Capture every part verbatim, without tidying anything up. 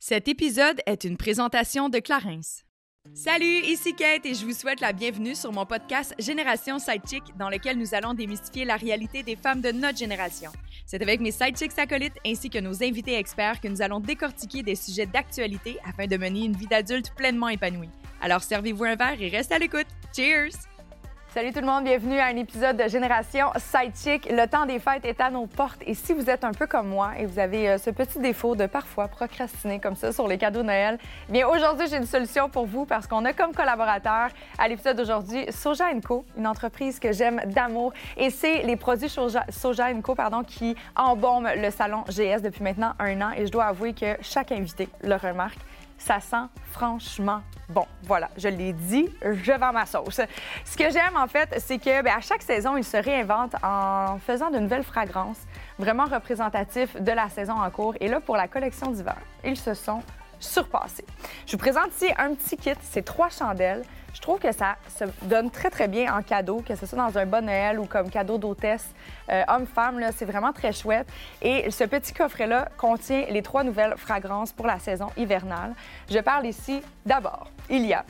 Cet épisode est une présentation de Clarins. Salut, ici Kate et je vous souhaite la bienvenue sur mon podcast Génération Sidechick dans lequel nous allons démystifier la réalité des femmes de notre génération. C'est avec mes sidechicks acolytes ainsi que nos invités experts que nous allons décortiquer des sujets d'actualité afin de mener une vie d'adulte pleinement épanouie. Alors servez-vous un verre et restez à l'écoute. Cheers! Salut tout le monde, bienvenue à un épisode de Génération Sidechick. Le temps des fêtes est à nos portes et si vous êtes un peu comme moi et vous avez euh, ce petit défaut de parfois procrastiner comme ça sur les cadeaux de Noël, eh bien aujourd'hui j'ai une solution pour vous parce qu'on a comme collaborateur à l'épisode d'aujourd'hui Soja and Co, une entreprise que j'aime d'amour et c'est les produits Soja, Soja and Co pardon, qui embaument le salon G S depuis maintenant un an et je dois avouer que chaque invité le remarque. Ça sent franchement bon. Voilà, je l'ai dit, je vends ma sauce. Ce que j'aime, en fait, c'est que bien, à chaque saison, ils se réinventent en faisant de nouvelles fragrances vraiment représentatifs de la saison en cours. Et là, pour la collection d'hiver, ils se sont surpassés. Je vous présente ici un petit kit, c'est trois chandelles. Je trouve que ça se donne très, très bien en cadeau, que ce soit dans un bon Noël ou comme cadeau d'hôtesse. Euh, homme-femme, là, c'est vraiment très chouette. Et ce petit coffret-là contient les trois nouvelles fragrances pour la saison hivernale. Je parle ici d'abord, il y a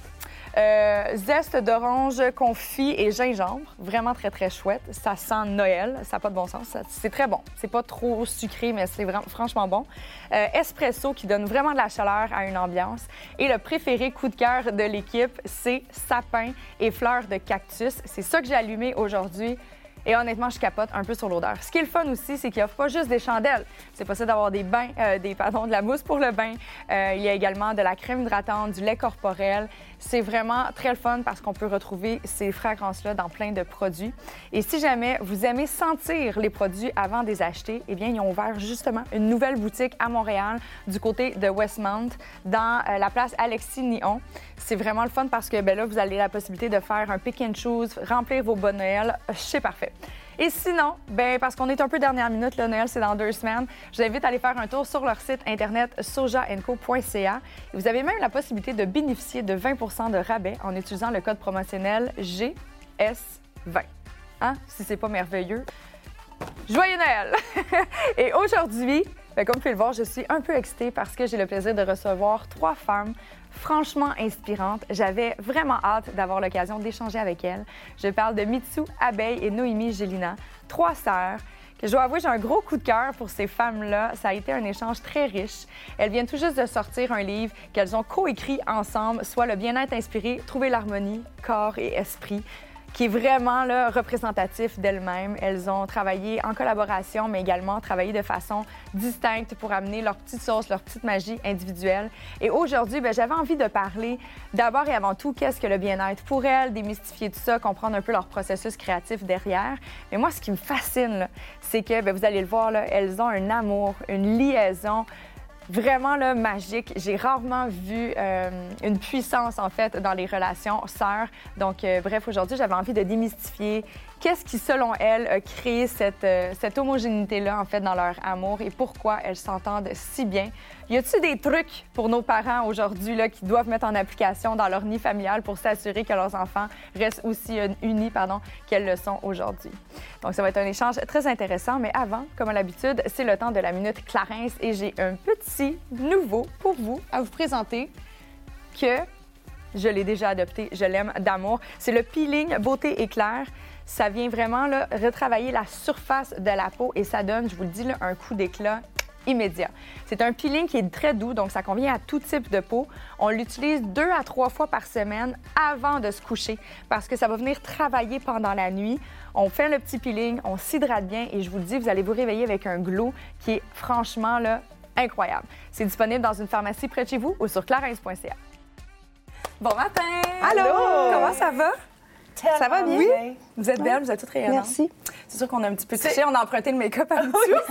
euh, zeste d'orange confit et gingembre. Vraiment très, très chouette. Ça sent Noël, ça n'a pas de bon sens. C'est très bon. C'est pas trop sucré, mais c'est vraiment, franchement bon. Euh, espresso qui donne vraiment de la chaleur à une ambiance. Et le préféré coup de cœur de l'équipe, c'est sapin et fleurs de cactus. C'est ça que j'ai allumé aujourd'hui. Et honnêtement, je capote un peu sur l'odeur. Ce qui est le fun aussi, c'est qu'il n'y a pas juste des chandelles. C'est possible d'avoir des bains, euh, des, pardon, de la mousse pour le bain. Euh, il y a également de la crème hydratante, du lait corporel. C'est vraiment très le fun parce qu'on peut retrouver ces fragrances-là dans plein de produits. Et si jamais vous aimez sentir les produits avant de les acheter, eh bien, ils ont ouvert justement une nouvelle boutique à Montréal du côté de Westmount, dans euh, la place Alexis Nihon. C'est vraiment le fun parce que ben là, vous avez la possibilité de faire un pick and choose, remplir vos bas de Noël. C'est parfait. Et sinon, ben parce qu'on est un peu dernière minute, le Noël, c'est dans deux semaines, je vous invite à aller faire un tour sur leur site internet soja and co point c a. Vous avez même la possibilité de bénéficier de vingt pour cent de rabais en utilisant le code promotionnel G S vingt. Hein? Si c'est pas merveilleux. Joyeux Noël! Et aujourd'hui, bien, comme vous pouvez le voir, je suis un peu excitée parce que j'ai le plaisir de recevoir trois femmes franchement inspirantes. J'avais vraiment hâte d'avoir l'occasion d'échanger avec elles. Je parle de Mitsu Abeille et Noémie Gélina, trois sœurs, que je dois avouer, j'ai un gros coup de cœur pour ces femmes-là. Ça a été un échange très riche. Elles viennent tout juste de sortir un livre qu'elles ont coécrit ensemble, soit Le bien-être inspiré, Trouver l'harmonie, corps et esprit, qui est vraiment là, représentatif d'elles-mêmes. Elles ont travaillé en collaboration, mais également travaillé de façon distincte pour amener leur petite sauce, leur petite magie individuelle. Et aujourd'hui, bien, j'avais envie de parler d'abord et avant tout, qu'est-ce que le bien-être pour elles, démystifier tout ça, comprendre un peu leur processus créatif derrière. Mais moi, ce qui me fascine, là, c'est que, bien, vous allez le voir, là, elles ont un amour, une liaison vraiment là, magique. J'ai rarement vu euh, une puissance, en fait, dans les relations sœurs. Donc, euh, bref, aujourd'hui, j'avais envie de démystifier qu'est-ce qui, selon elles, a créé cette, euh, cette homogénéité-là, en fait, dans leur amour et pourquoi elles s'entendent si bien. Y a-t-il des trucs pour nos parents aujourd'hui là, qui doivent mettre en application dans leur nid familial pour s'assurer que leurs enfants restent aussi unis pardon, qu'elles le sont aujourd'hui? Donc, ça va être un échange très intéressant. Mais avant, comme à l'habitude, c'est le temps de la Minute Clarins et j'ai un petit nouveau pour vous à vous présenter que je l'ai déjà adopté, je l'aime d'amour. C'est le peeling Beauté Éclair. Ça vient vraiment là, retravailler la surface de la peau et ça donne, je vous le dis, là, un coup d'éclat immédiat. C'est un peeling qui est très doux, donc ça convient à tout type de peau. On l'utilise deux à trois fois par semaine avant de se coucher parce que ça va venir travailler pendant la nuit. On fait le petit peeling, on s'hydrate bien et je vous le dis, vous allez vous réveiller avec un glow qui est franchement là, incroyable. C'est disponible dans une pharmacie près de chez vous ou sur clarins point c a. Bon matin! Allô! Comment ça va? Tellement ça va bien? Oui. Vous êtes belle, vous êtes toutes rayonnantes. Merci. C'est sûr qu'on a un petit peu triché, on a emprunté le make-up à Mitsu.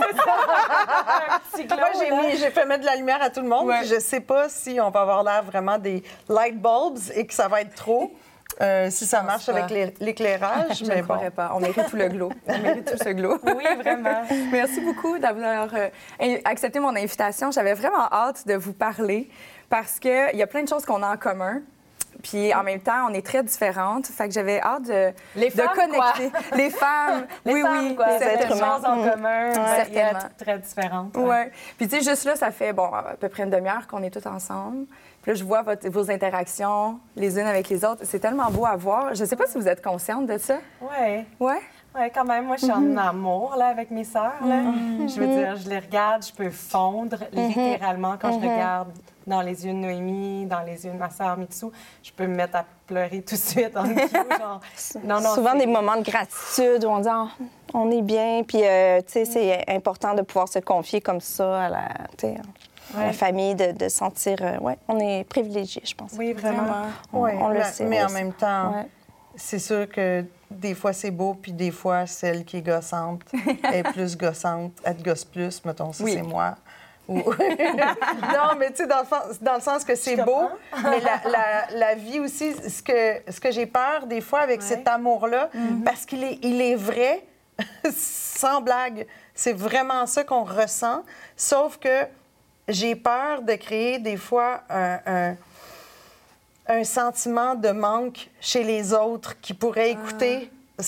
Moi, j'ai, mis, j'ai fait mettre de la lumière à tout le monde. Ouais. Je sais pas si on va avoir l'air vraiment des light bulbs et que ça va être trop. Euh, si ça marche avec l'éclairage, je mais ne bon. croirais pas. On mérite tout le glow. On mérite tout ce glow. Oui, vraiment. Merci beaucoup d'avoir euh, accepté mon invitation. J'avais vraiment hâte de vous parler parce qu'il y a plein de choses qu'on a en commun. Puis en même temps, on est très différentes. Fait que j'avais hâte de, les de femmes, connecter. Quoi? Les femmes, les oui, femmes, oui. Quoi. Les êtres humains. Choses en mmh. commun, ouais. il y a très différentes. Oui. Ouais. Puis tu sais, juste là, ça fait, bon, à peu près une demi-heure qu'on est toutes ensemble. Puis là, je vois votre, vos interactions les unes avec les autres. C'est tellement beau à voir. Je ne sais pas si vous êtes consciente de ça. Oui. Oui? Oui, quand même. Moi, je suis mm-hmm. en amour là, avec mes sœurs. Mm-hmm. Je veux dire, je les regarde, je peux fondre mm-hmm. littéralement quand mm-hmm. je regarde dans les yeux de Noémie, dans les yeux de ma sœur Mitsu. Je peux me mettre à pleurer tout de suite en queue, genre... Non, non, souvent des moments de gratitude où on dit oh, on est bien, puis euh, tu sais, c'est important de pouvoir se confier comme ça à la, ouais. à la famille, de, de sentir... Euh, oui, on est privilégiés, je pense. Oui, vraiment. vraiment. On, ouais, on le mais, sait. Mais en même temps, ouais. c'est sûr que des fois, c'est beau, puis des fois, celle qui est gossante est plus gossante. Elle te gosse plus, mettons, ça, oui. c'est moi. Ou... non, mais tu sais, dans, dans le sens que c'est beau, mais la, la, la vie aussi, ce que, ce que j'ai peur des fois avec ouais. cet amour-là, mm-hmm. parce qu'il est, il est vrai, sans blague, c'est vraiment ça qu'on ressent, sauf que j'ai peur de créer des fois un... un un sentiment de manque chez les autres qui pourraient écouter,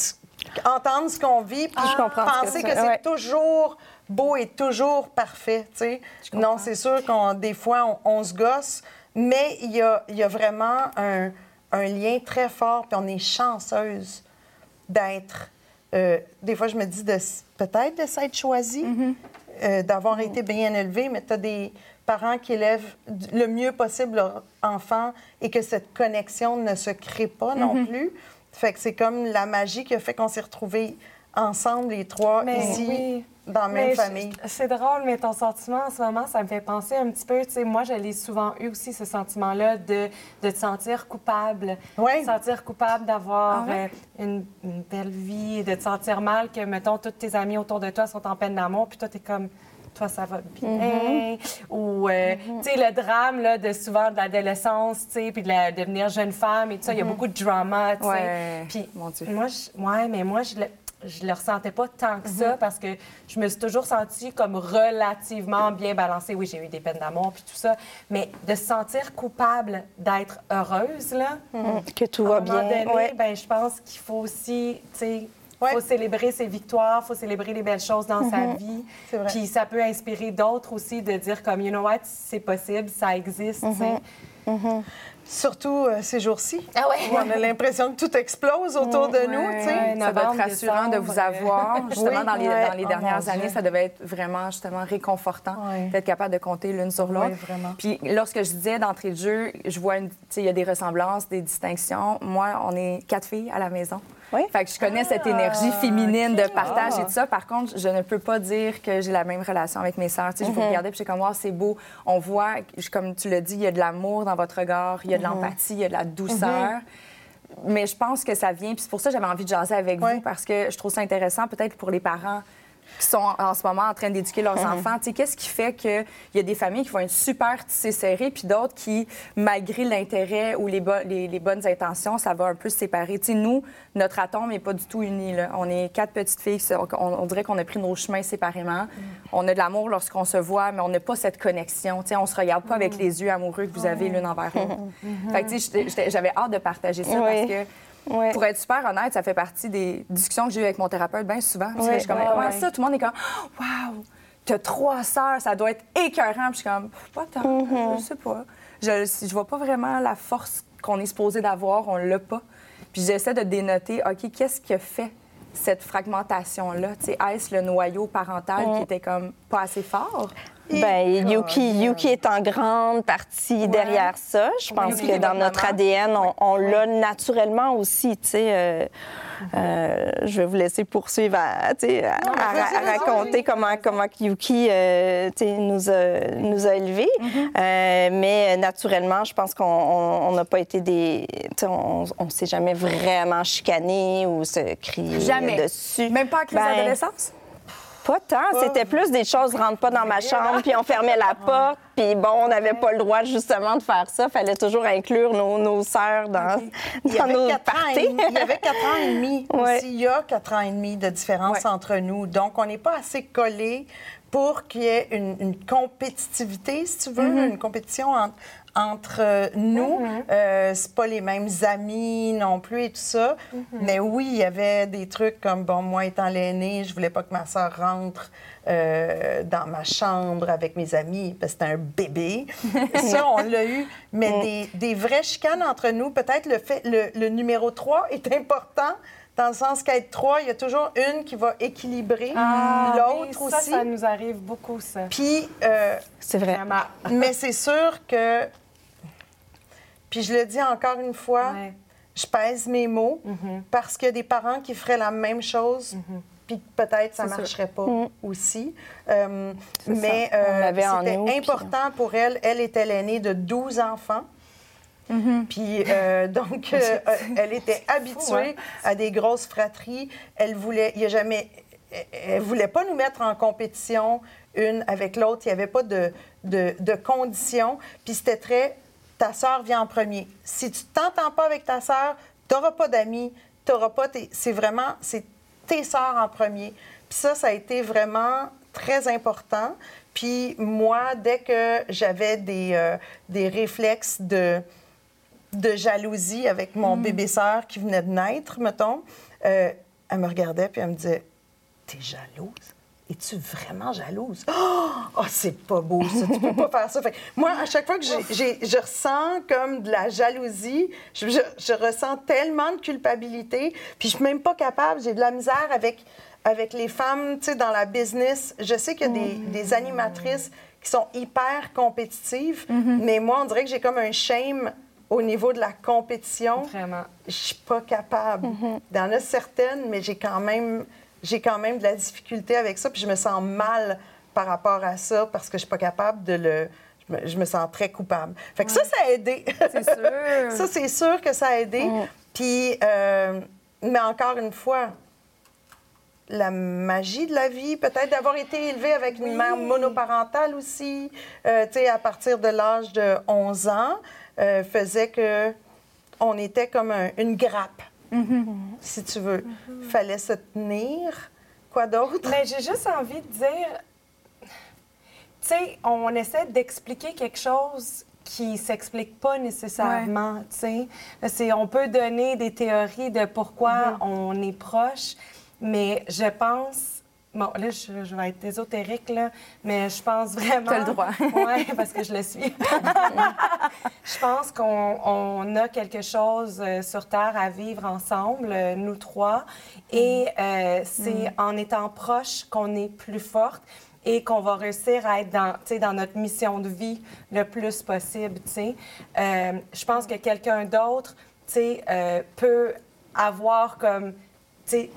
ah. entendre ce qu'on vit, puis ah, penser que, que c'est ouais. toujours beau et toujours parfait, tu sais. Non, c'est sûr qu'on des fois, on, on se gosse, mais il y a, y a vraiment un, un lien très fort, puis on est chanceuse d'être... Euh, des fois, je me dis de peut-être de s'être choisie, mm-hmm. euh, d'avoir mm-hmm. été bien élevée, mais tu as des... parents qui élèvent le mieux possible leur enfant et que cette connexion ne se crée pas mm-hmm. non plus. Fait que c'est comme la magie qui a fait qu'on s'est retrouvés ensemble, les trois, mais ici, oui. dans la même mais famille. C'est drôle, mais ton sentiment en ce moment, ça me fait penser un petit peu, tu sais, moi, je l'ai souvent eu aussi, ce sentiment-là de, de te sentir coupable. Oui. De te sentir coupable d'avoir ah ouais? euh, une, une belle vie, de te sentir mal que, mettons, tous tes amis autour de toi sont en peine d'amour, puis toi, t'es comme... toi, ça va bien. Mm-hmm. Ou, euh, mm-hmm. tu sais, le drame, là, de souvent de l'adolescence, tu sais, puis de la, devenir jeune femme et tout ça, il mm-hmm. y a beaucoup de drama, tu sais. Ouais. Puis, mon Dieu. moi, je, ouais, mais moi, je le, je le ressentais pas tant que ça mm-hmm. parce que je me suis toujours sentie comme relativement bien balancée. Oui, j'ai eu des peines d'amour puis tout ça, mais de se sentir coupable d'être heureuse, là, mm-hmm. que tout va bien. Donné, ouais. ben, je pense qu'il faut aussi, tu sais, il ouais. faut célébrer ses victoires, il faut célébrer les belles choses dans mm-hmm. sa vie. C'est vrai. Puis ça peut inspirer d'autres aussi de dire comme, you know what, c'est possible, ça existe, mm-hmm. tu sais. Mm-hmm. Surtout euh, ces jours-ci. Ah ouais. Où on a l'impression que tout explose autour de ouais, nous, tu sais. Ouais, ça doit être rassurant de vous avoir. Justement, oui, dans les, ouais. dans les oh, dernières années, ça devait être vraiment, justement, réconfortant ouais. d'être capable de compter l'une sur l'autre. Oui, vraiment. Puis lorsque je disais d'entrée de jeu, je vois, tu sais, il y a des ressemblances, des distinctions. Moi, on est quatre filles à la maison. Oui. Fait que je connais ah, cette énergie féminine okay. de partage ah. et tout ça. Par contre, je ne peux pas dire que j'ai la même relation avec mes sœurs. Tu sais, mm-hmm. je vous regardais puis j'étais comme, oh, c'est beau. On voit, comme tu l'as dit, il y a de l'amour dans votre regard, il y a de mm-hmm. l'empathie, il y a de la douceur. Mm-hmm. Mais je pense que ça vient, puis c'est pour ça que j'avais envie de jaser avec oui. vous, parce que je trouve ça intéressant, peut-être pour les parents qui sont en ce moment en train d'éduquer leurs mm-hmm. enfants. Tu sais, qu'est-ce qui fait qu'il y a des familles qui vont être super tissées serrées, puis d'autres qui, malgré l'intérêt ou les, bo- les, les bonnes intentions, ça va un peu se séparer. Tu sais, nous, notre atome n'est pas du tout uni, là. On est quatre petites filles, on, on dirait qu'on a pris nos chemins séparément. Mm. On a de l'amour lorsqu'on se voit, mais on n'a pas cette connexion. Tu sais, on se regarde pas mm. avec les yeux amoureux que vous avez mm. l'une envers l'autre. Mm-hmm. Fait que, tu sais, j'avais hâte de partager ça oui. parce que ouais. pour être super honnête, ça fait partie des discussions que j'ai eues avec mon thérapeute bien souvent. Parce ouais. que je suis comme, comment ouais. ça? Tout le monde est comme, « Wow! T'as trois sœurs, ça doit être écœurant. » Puis je suis comme, « Pas tant, mm-hmm. je sais pas. » Je, je vois pas vraiment la force qu'on est supposé d'avoir, on l'a pas. Puis j'essaie de dénoter, OK, qu'est-ce qui a fait cette fragmentation-là? Tu sais, est-ce le noyau parental mm. qui était comme pas assez fort? Bien, Yuki, Yuki est en grande partie ouais. derrière ça. Je pense oui, que dans notre A D N, on, on oui. l'a naturellement aussi, tu sais. Euh, mm-hmm. euh, je vais vous laisser poursuivre à, tu sais, à, non, à, à, à raconter comment, comment Yuki euh, tu sais, nous, a, nous a élevés. Mm-hmm. euh, mais naturellement, je pense qu'on n'a pas été des... Tu sais, on ne s'est jamais vraiment chicané ou se crier jamais. dessus. Même pas avec les ben, adolescences? Pas tant. C'était plus des choses « rentre pas dans ma chambre », puis on fermait la porte, puis bon, on n'avait pas le droit justement de faire ça. Fallait toujours inclure nos, nos sœurs dans, okay. dans nos parties. Il y avait quatre ans et demi ouais. aussi. Il y a quatre ans et demi de différence ouais. entre nous. Donc, on n'est pas assez collés pour qu'il y ait une, une compétitivité, si tu veux, mm-hmm. une compétition entre, entre euh, nous. Mm-hmm. euh, c'est pas les mêmes amis non plus et tout ça. Mm-hmm. Mais oui, il y avait des trucs comme, bon, moi étant l'aînée, je voulais pas que ma sœur rentre euh, dans ma chambre avec mes amis parce que c'était un bébé. Ça, on l'a eu. Mais mm. des, des vraies chicanes entre nous, peut-être le fait, le, le numéro trois est important. Dans le sens qu'être trois, il y a toujours une qui va équilibrer ah, l'autre oui, ça, aussi. Ça nous arrive beaucoup, ça. Puis, euh, c'est vrai. Mais c'est sûr que, puis je le dis encore une fois, ouais. je pèse mes mots mm-hmm. parce qu'il y a des parents qui feraient la même chose, mm-hmm. puis peut-être ça ne marcherait pas mm. aussi. Euh, mais euh, c'était nous, important puis... pour elle. Elle était l'aînée de douze enfants. Mm-hmm. Puis, euh, donc, euh, elle était habituée fou, hein? à des grosses fratries. Elle voulait, il y a jamais, elle voulait pas nous mettre en compétition une avec l'autre. Il n'y avait pas de, de, de conditions. Puis c'était très, ta sœur vient en premier. Si tu t'entends pas avec ta sœur, tu n'auras pas d'amis, tu n'auras pas... Tes, c'est vraiment, c'est tes sœurs en premier. Puis ça, ça a été vraiment très important. Puis moi, dès que j'avais des, euh, des réflexes de... de jalousie avec mon mmh. bébé-sœur qui venait de naître, mettons, euh, elle me regardait puis elle me disait « T'es jalouse? Es-tu vraiment jalouse? Oh, oh c'est pas beau, ça. Tu peux pas faire ça. » Fait que moi, à chaque fois que j'ai, j'ai, je ressens comme de la jalousie, je, je, je ressens tellement de culpabilité, puis je suis même pas capable. J'ai de la misère avec, avec les femmes, tu sais, dans la business. Je sais qu'il y a des, mmh. des animatrices qui sont hyper compétitives, mmh. mais moi, on dirait que j'ai comme un shame au niveau de la compétition. Vraiment. Je suis pas capable. Mm-hmm. Il y en a certaines, mais j'ai quand même, j'ai quand même de la difficulté avec ça, puis je me sens mal par rapport à ça parce que je suis pas capable de le... Je me, je me sens très coupable. Fait que ouais. ça, ça a aidé. C'est sûr. Ça, c'est sûr que ça a aidé. Mm. Puis, euh, mais encore une fois, la magie de la vie, peut-être d'avoir été élevée avec une oui. mère monoparentale aussi, euh, tu sais, à partir de l'âge de onze ans, Euh, faisait que on était comme un, une grappe, mm-hmm. si tu veux. Mm-hmm. Fallait se tenir. Quoi d'autre? Mais j'ai juste envie de dire, tu sais, on essaie d'expliquer quelque chose qui s'explique pas nécessairement, ouais. tu sais. On peut donner des théories de pourquoi mm-hmm. on est proche, mais je pense... Bon, là, je, je vais être ésotérique, là, mais je pense vraiment... T'as le droit. Oui, parce que je le suis. Je pense qu'on on a quelque chose euh, sur Terre à vivre ensemble, euh, nous trois, et euh, c'est mm. en étant proches qu'on est plus forte et qu'on va réussir à être dans, dans notre mission de vie le plus possible, tu sais. Euh, je pense que quelqu'un d'autre, tu sais, euh, peut avoir comme, tu sais,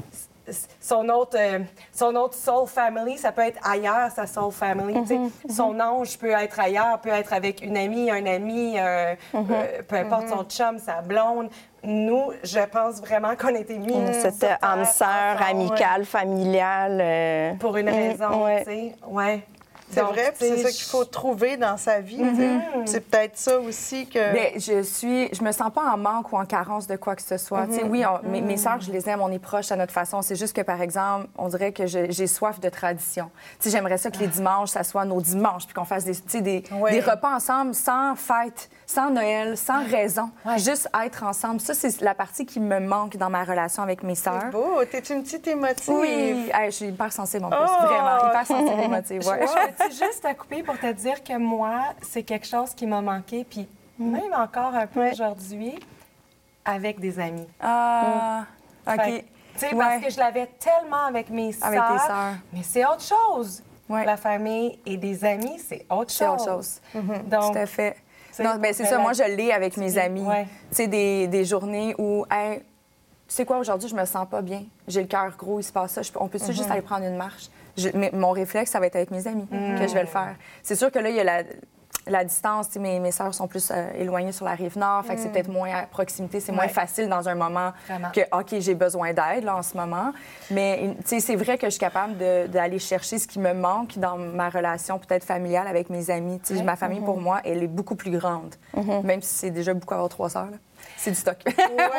Son autre, euh, son autre soul family, ça peut être ailleurs, sa soul family. Mm-hmm, mm-hmm. Son ange peut être ailleurs, peut être avec une amie, un ami, euh, mm-hmm, euh, peu importe mm-hmm. son chum, sa blonde. Nous, je pense vraiment qu'on a été mis mmh, cette âme sœur amicale, ouais. familiale. Euh... Pour une raison, ouais. tu sais. Ouais. C'est donc, vrai, puis c'est ça qu'il faut trouver dans sa vie. Mm-hmm. C'est peut-être ça aussi que... Bien, je suis... Je me sens pas en manque ou en carence de quoi que ce soit. Mm-hmm. Oui, on... mm-hmm. mes, mes sœurs, je les aime, on est proches à notre façon. C'est juste que, par exemple, on dirait que je... j'ai soif de tradition. T'sais, j'aimerais ça que les dimanches, ça soit nos dimanches, puis qu'on fasse des, des... Oui. des repas ensemble sans fête, sans Noël, sans raison. Ouais. Juste être ensemble. Ça, c'est la partie qui me manque dans ma relation avec mes sœurs. C'est beau, t'es une petite émotive. Oui, hey, je suis hyper sensible en plus. Oh! Vraiment, hyper sensible émotive, ouais. C'est juste à couper pour te dire que moi, c'est quelque chose qui m'a manqué, puis mm. même encore un peu ouais. aujourd'hui, avec des amis. Ah, mm. OK. Tu sais, ouais. parce que je l'avais tellement avec mes sœurs. Avec tes sœurs. Mais c'est autre chose. Ouais. La famille et des amis, c'est autre chose. C'est autre chose. Mm-hmm. Donc, tout à fait. Non, ben c'est ça. Moi, je l'ai avec mes amis. Ouais. Tu sais, des, des journées où, hey, tu sais quoi, aujourd'hui, je me sens pas bien. J'ai le cœur gros, il se passe ça. Je, on peut-tu mm-hmm. juste aller prendre une marche? Je, mais, mon réflexe, ça va être avec mes amis mmh. que je vais le faire. C'est sûr que là, il y a la, la distance. Mes, mes sœurs sont plus euh, éloignées sur la rive nord, fait que mmh. c'est peut-être moins à proximité. C'est ouais. moins facile dans un moment Vraiment. que, OK, j'ai besoin d'aide là, en ce moment. Mais c'est vrai que je suis capable d'aller chercher ce qui me manque dans ma relation peut-être familiale avec mes amis. Ouais. Ma famille, mmh. pour moi, elle est beaucoup plus grande, mmh. même si c'est déjà beaucoup avoir trois sœurs. Là. C'est du stock. Oui,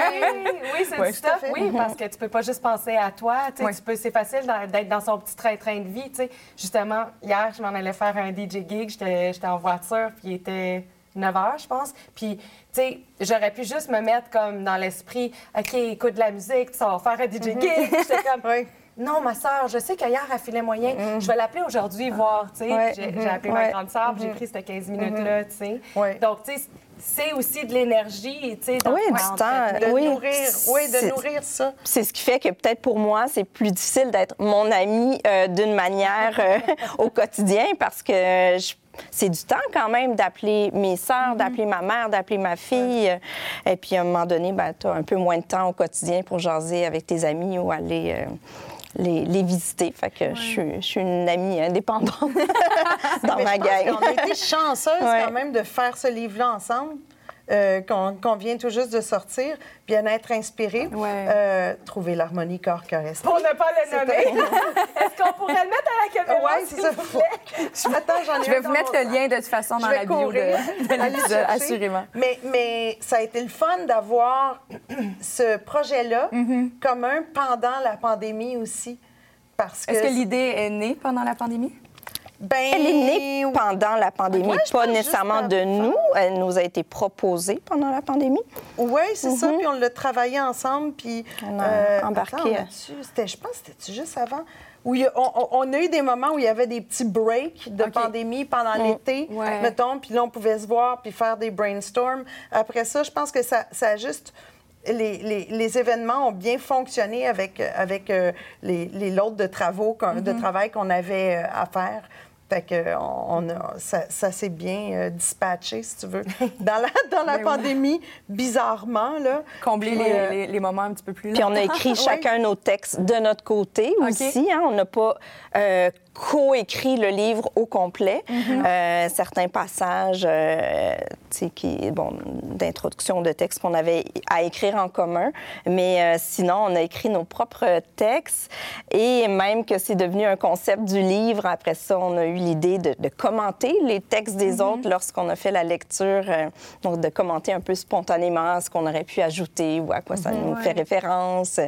oui c'est ouais, du stock. Oui, parce que tu peux pas juste penser à toi. Ouais. Tu peux, c'est facile d'être dans son petit train-train de vie. T'sais. Justement, hier, je m'en allais faire un D J gig. J'étais, j'étais en voiture, puis il était neuf heures, je pense. Puis, tu sais, j'aurais pu juste me mettre comme dans l'esprit, OK, écoute de la musique, ça va faire un D J gig. J'étais comme... Oui. Non, ma soeur, je sais qu'hier, elle filait moyen. Mm. Je vais l'appeler aujourd'hui, voir, tu sais. Ouais. J'ai, mm-hmm. j'ai appelé ouais. ma grande sœur, mm-hmm. j'ai pris ces quinze minutes-là, tu sais. Ouais. Donc, tu sais, c'est aussi de l'énergie, tu sais. Oui, du temps. De oui. nourrir, oui, de c'est, nourrir ça. C'est ce qui fait que peut-être pour moi, c'est plus difficile d'être mon amie euh, d'une manière euh, au quotidien parce que je c'est du temps quand même d'appeler mes sœurs, mm-hmm. d'appeler ma mère, d'appeler ma fille. Ouais. Et puis, à un moment donné, ben, tu as un peu moins de temps au quotidien pour jaser avec tes amis ou aller euh, les, les visiter. Fait que ouais. je, suis, je suis une amie indépendante dans Mais ma je gang. Pense qu'on a été chanceuses ouais. quand même de faire ce livre-là ensemble. Euh, qu'on, qu'on vient tout juste de sortir, bien-être inspiré, ouais. euh, trouver l'harmonie corps-cœur-esprit. Pour ne pas le nommer. Est-ce qu'on pourrait le mettre à la caméra? Oui, c'est ça. Je, Attends, j'en ai je vais vous mettre le lien de toute façon dans la bio de, de l'épisode, assurément. Mais, mais ça a été le fun d'avoir ce projet-là mm-hmm. commun pendant la pandémie aussi. Parce que Est-ce que l'idée est née pendant la pandémie? Ben, elle est née pendant la pandémie, ouais, pas nécessairement de nous. Elle nous a été proposée pendant la pandémie. Oui, c'est mm-hmm. ça. Puis on l'a travaillé ensemble. Puis on a euh, embarqué. Attends, c'était, je pense que c'était juste avant. Où il y a, on, on a eu des moments où il y avait des petits breaks de okay. pandémie pendant mm. l'été, ouais. mettons. Puis là, on pouvait se voir puis faire des brainstorms. Après ça, je pense que ça, ça a juste... Les, les, les événements ont bien fonctionné avec, avec euh, les, les lots de travaux, mm-hmm. de travail qu'on avait euh, à faire. Fait que on a, ça, ça s'est bien euh, dispatché, si tu veux, dans la, dans la pandémie, oui. bizarrement. Là. Combler puis, les, euh... les, les moments un petit peu plus longs. Puis on a écrit chacun oui. nos textes de notre côté okay. aussi. Hein? On n'a pas euh, co-écrit le livre au complet. Mm-hmm. Euh, certains passages euh, qui, bon, d'introduction de textes qu'on avait à écrire en commun. Mais euh, sinon, on a écrit nos propres textes. Et même que c'est devenu un concept du livre, après ça, on a eu l'idée de, de commenter les textes des mm-hmm. autres lorsqu'on a fait la lecture, euh, donc de commenter un peu spontanément ce qu'on aurait pu ajouter ou à quoi ça mm-hmm, nous ouais. fait référence.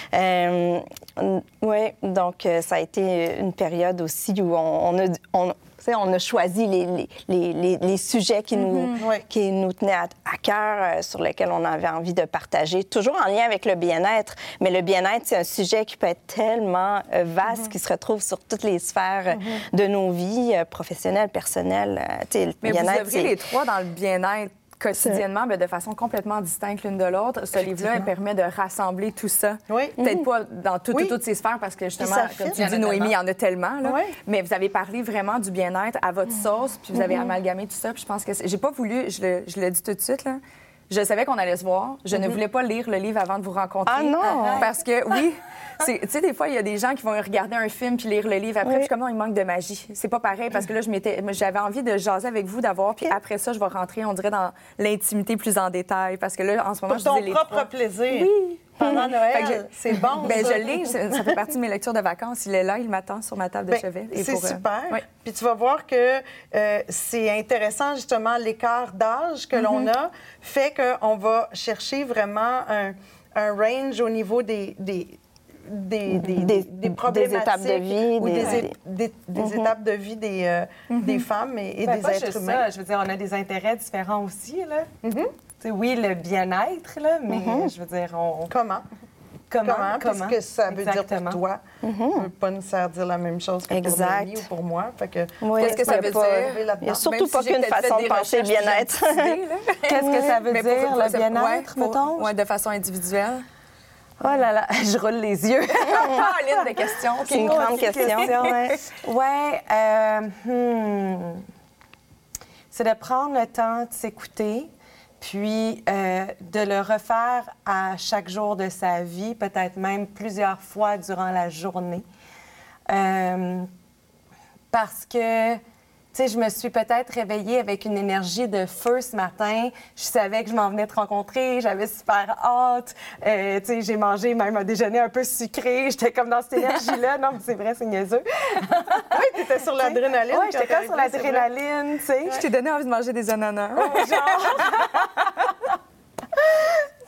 Euh, oui, donc euh, ça a été une période aussi où on, on a... On, on a choisi les, les, les, les sujets qui nous, mm-hmm. qui nous tenaient à, à cœur, euh, sur lesquels on avait envie de partager, toujours en lien avec le bien-être. Mais le bien-être, c'est un sujet qui peut être tellement euh, vaste, mm-hmm. qui se retrouve sur toutes les sphères mm-hmm. de nos vies, euh, professionnelles, personnelles. Euh, le Mais bien-être, vous œuvrez les trois dans le bien-être quotidiennement, bien, de façon complètement distincte l'une de l'autre. Ce livre-là, il permet de rassembler tout ça. Oui. Peut-être mm-hmm. pas dans tout, oui. toutes ces sphères, parce que justement, comme tu dis, Noémie, il y en a tellement. Là. Oui. Mais vous avez parlé vraiment du bien-être à votre sauce, puis vous avez mm-hmm. amalgamé tout ça. Puis je pense que... C'est... J'ai pas voulu, je le, je le dis tout de suite, là, je savais qu'on allait se voir. Je mm-hmm. ne voulais pas lire le livre avant de vous rencontrer. Ah non! Parce que, oui... Tu sais, des fois, il y a des gens qui vont regarder un film puis lire le livre après, oui. puis comme non, il manque de magie. C'est pas pareil, parce que là, je m'étais, j'avais envie de jaser avec vous, d'avoir, puis après ça, je vais rentrer, on dirait, dans l'intimité plus en détail, parce que là, en ce moment, Pour je ton disais les propre trois. plaisir. Oui. Pendant Noël, je... c'est bon. Bien, ça. je l'ai, ça fait partie de mes lectures de vacances. Il est là, il m'attend sur ma table de Bien, chevet. Et c'est pour, super. Euh... Oui. Puis tu vas voir que euh, c'est intéressant, justement, l'écart d'âge que mm-hmm. l'on a fait qu'on va chercher vraiment un, un range au niveau des... des Des, des, des, des problématiques, des étapes de vie, ou des, des, des, des mm-hmm. étapes de vie des, euh, mm-hmm. des femmes et, et ben, des pas êtres juste humains. Ça. Je veux dire, on a des intérêts différents aussi, là. Mm-hmm. T'sais, oui, le bien-être, là, mais mm-hmm. je veux dire, on... Comment? Comment? Comment? Qu'est-ce que ça veut Exactement. dire pour toi? Mm-hmm. Ça ne veut pas nécessairement dire la même chose que exact. pour Noémie ou pour moi. Fait que, oui. Qu'est-ce que ça veut dire? Il n'y a surtout même pas si qu'une façon de penser bien-être. Qu'est-ce que ça veut mais dire, pour, le bien-être, ouais, mettons? Oui, de façon individuelle. Oh là là, je roule les yeux. Pas ligne de questions. C'est une grande question. Oui, ouais, euh, hmm. c'est de prendre le temps de s'écouter, puis euh, de le refaire à chaque jour de sa vie, peut-être même plusieurs fois durant la journée. Euh, parce que... Tu sais, je me suis peut-être réveillée avec une énergie de feu ce matin. Je savais que je m'en venais te rencontrer. J'avais super hâte. Euh, tu sais, j'ai mangé même un déjeuner un peu sucré. J'étais comme dans cette énergie-là. Non, mais c'est vrai, c'est niaiseux. Oui, tu étais sur l'adrénaline. Oui, j'étais comme sur l'adrénaline, tu sais. Je t'ai donné envie de manger des ananas. Oh, genre...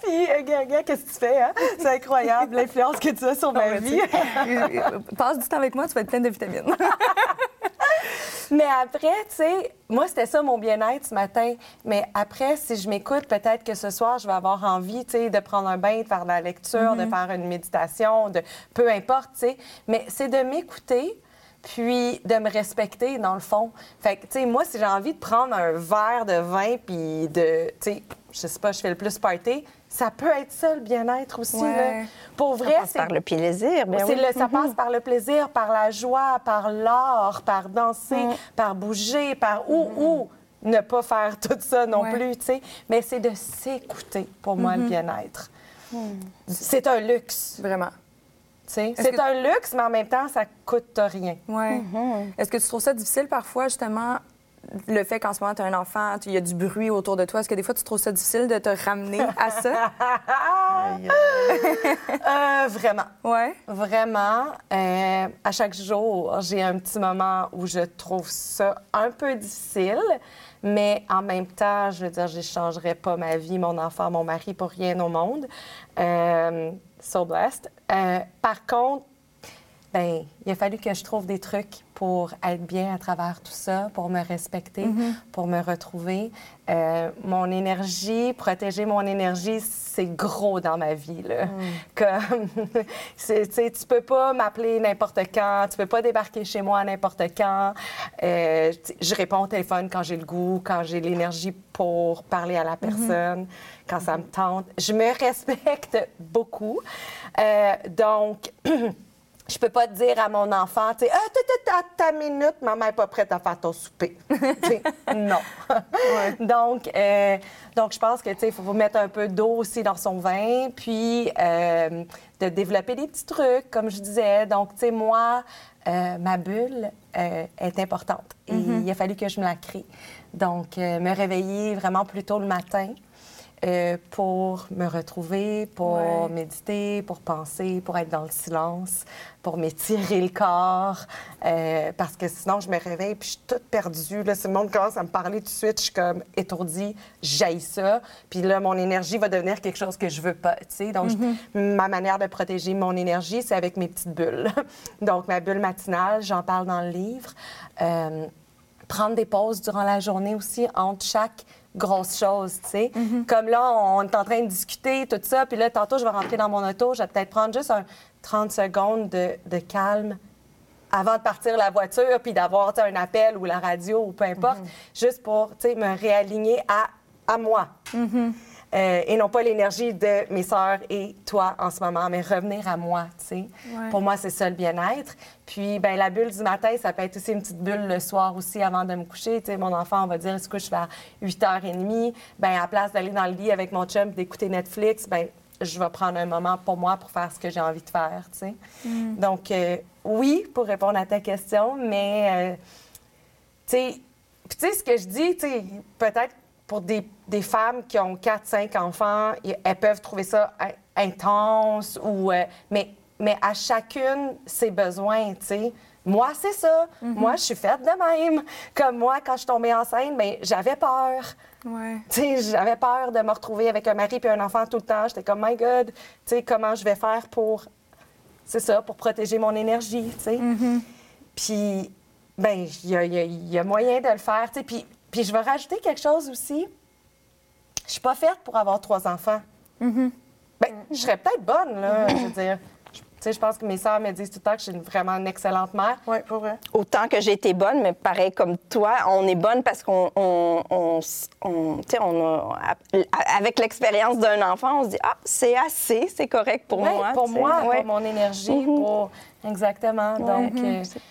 Puis, euh, qu'est-ce que tu fais? Hein? C'est incroyable l'influence que tu as sur ma vie. Passe du temps avec moi, tu vas être pleine de vitamines. Mais après, tu sais, moi, c'était ça mon bien-être ce matin. Mais après, si je m'écoute, peut-être que ce soir, je vais avoir envie, tu sais, de prendre un bain, de faire de la lecture, mm-hmm. de faire une méditation, de peu importe, tu sais. Mais c'est de m'écouter, puis de me respecter, dans le fond. Fait que, tu sais, moi, si j'ai envie de prendre un verre de vin, puis de, tu sais, je sais pas, je fais le plus party, ça peut être ça, le bien-être aussi. Ouais. Là. Pour vrai, ça passe par le plaisir. Bien c'est oui. le, ça mm-hmm. passe par le plaisir, par la joie, par l'art, par danser, mm. par bouger, par où, mm-hmm. où ne pas faire tout ça non ouais. plus, tu sais. Mais c'est de s'écouter, pour moi, mm-hmm. le bien-être. Mm. C'est un luxe. Vraiment. C'est que... un luxe, mais en même temps, ça coûte rien. Oui. Mm-hmm. Est-ce que tu trouves ça difficile parfois, justement, le fait qu'en ce moment, tu as un enfant, il y a du bruit autour de toi? Est-ce que des fois, tu trouves ça difficile de te ramener à ça? euh, vraiment. Oui? Vraiment. Euh, à chaque jour, j'ai un petit moment où je trouve ça un peu difficile, mais en même temps, je veux dire, je n'échangerais pas ma vie, mon enfant, mon mari pour rien au monde. Euh, so blessed. Euh, par contre, ben, il a fallu que je trouve des trucs pour être bien à travers tout ça, pour me respecter, mm-hmm. pour me retrouver. Euh, mon énergie, protéger mon énergie, c'est gros dans ma vie, là. Mm. Comme, c'est, tu peux pas m'appeler n'importe quand, tu peux pas débarquer chez moi n'importe quand. Euh, je réponds au téléphone quand j'ai le goût, quand j'ai l'énergie pour parler à la personne, mm-hmm. quand ça me tente. Je me respecte beaucoup. Euh, donc... Je peux pas te dire à mon enfant, tu sais, ah, ta, ta minute, maman n'est pas prête à faire ton souper. Non. Ouais. Donc, euh, donc, je pense que, tu sais, il faut mettre un peu d'eau aussi dans son vin, puis euh, de développer des petits trucs, comme je disais. Donc, tu sais, moi, euh, ma bulle euh, est importante. Et mm-hmm. il a fallu que je me la crée. Donc, euh, me réveiller vraiment plus tôt le matin. Euh, pour me retrouver, pour ouais. méditer, pour penser, pour être dans le silence, pour m'étirer le corps. Euh, parce que sinon, je me réveille puis je suis toute perdue. Là, si le monde commence à me parler tout de suite, je suis comme étourdie, j'haïs ça. Puis là, mon énergie va devenir quelque chose que je veux pas, tu sais. Donc, mm-hmm. je, ma manière de protéger mon énergie, c'est avec mes petites bulles. Donc, ma bulle matinale, j'en parle dans le livre. Euh, prendre des pauses durant la journée aussi, entre chaque grosse chose, tu sais. Mm-hmm. Comme là, on est en train de discuter, tout ça, puis là, tantôt, je vais rentrer dans mon auto, je vais peut-être prendre juste un trente secondes de, de calme avant de partir la voiture, puis d'avoir un appel ou la radio ou peu importe, mm-hmm. juste pour, tu sais, me réaligner à, à moi. Mm-hmm. Euh, et non pas l'énergie de mes sœurs et toi en ce moment, mais revenir à moi, tu sais. Ouais. Pour moi, c'est ça le bien-être. Puis, ben la bulle du matin, ça peut être aussi une petite bulle le soir aussi avant de me coucher. Tu sais, mon enfant, on va dire, il se couche vers huit heures trente. Ben à la place d'aller dans le lit avec mon chum et d'écouter Netflix, ben je vais prendre un moment pour moi pour faire ce que j'ai envie de faire, tu sais. Mm. Donc, euh, oui, pour répondre à ta question, mais, euh, tu sais, puis tu sais, ce que je dis, tu sais, peut-être pour des, des femmes qui ont quatre cinq enfants, elles peuvent trouver ça intense, ou, euh, mais, mais à chacune, ses besoins, tu sais. Moi, c'est ça. Mm-hmm. Moi, je suis faite de même. Comme moi, quand je suis tombée enceinte, bien, j'avais peur. Ouais. Tu sais, j'avais peur de me retrouver avec un mari et un enfant tout le temps. J'étais comme, my God, tu sais, comment je vais faire pour, c'est ça, pour protéger mon énergie, tu sais. Mm-hmm. Puis, bien, il y a, y a moyen de le faire, tu sais. Puis, Puis je vais rajouter quelque chose aussi. Je suis pas faite pour avoir trois enfants. Mm-hmm. Bien, je serais peut-être bonne, là, je veux dire. Tu sais, je pense que mes sœurs me disent tout le temps que je suis une, vraiment une excellente mère. Oui, pour vrai. Autant que j'ai été bonne, mais pareil comme toi, on est bonne parce qu'on... On, on, on, tu sais, on a... Avec l'expérience d'un enfant, on se dit « Ah, c'est assez, c'est correct pour ouais, moi. » pour moi, ouais. pour mon énergie, mm-hmm. pour... Exactement. Ouais. Donc... Mm-hmm. euh...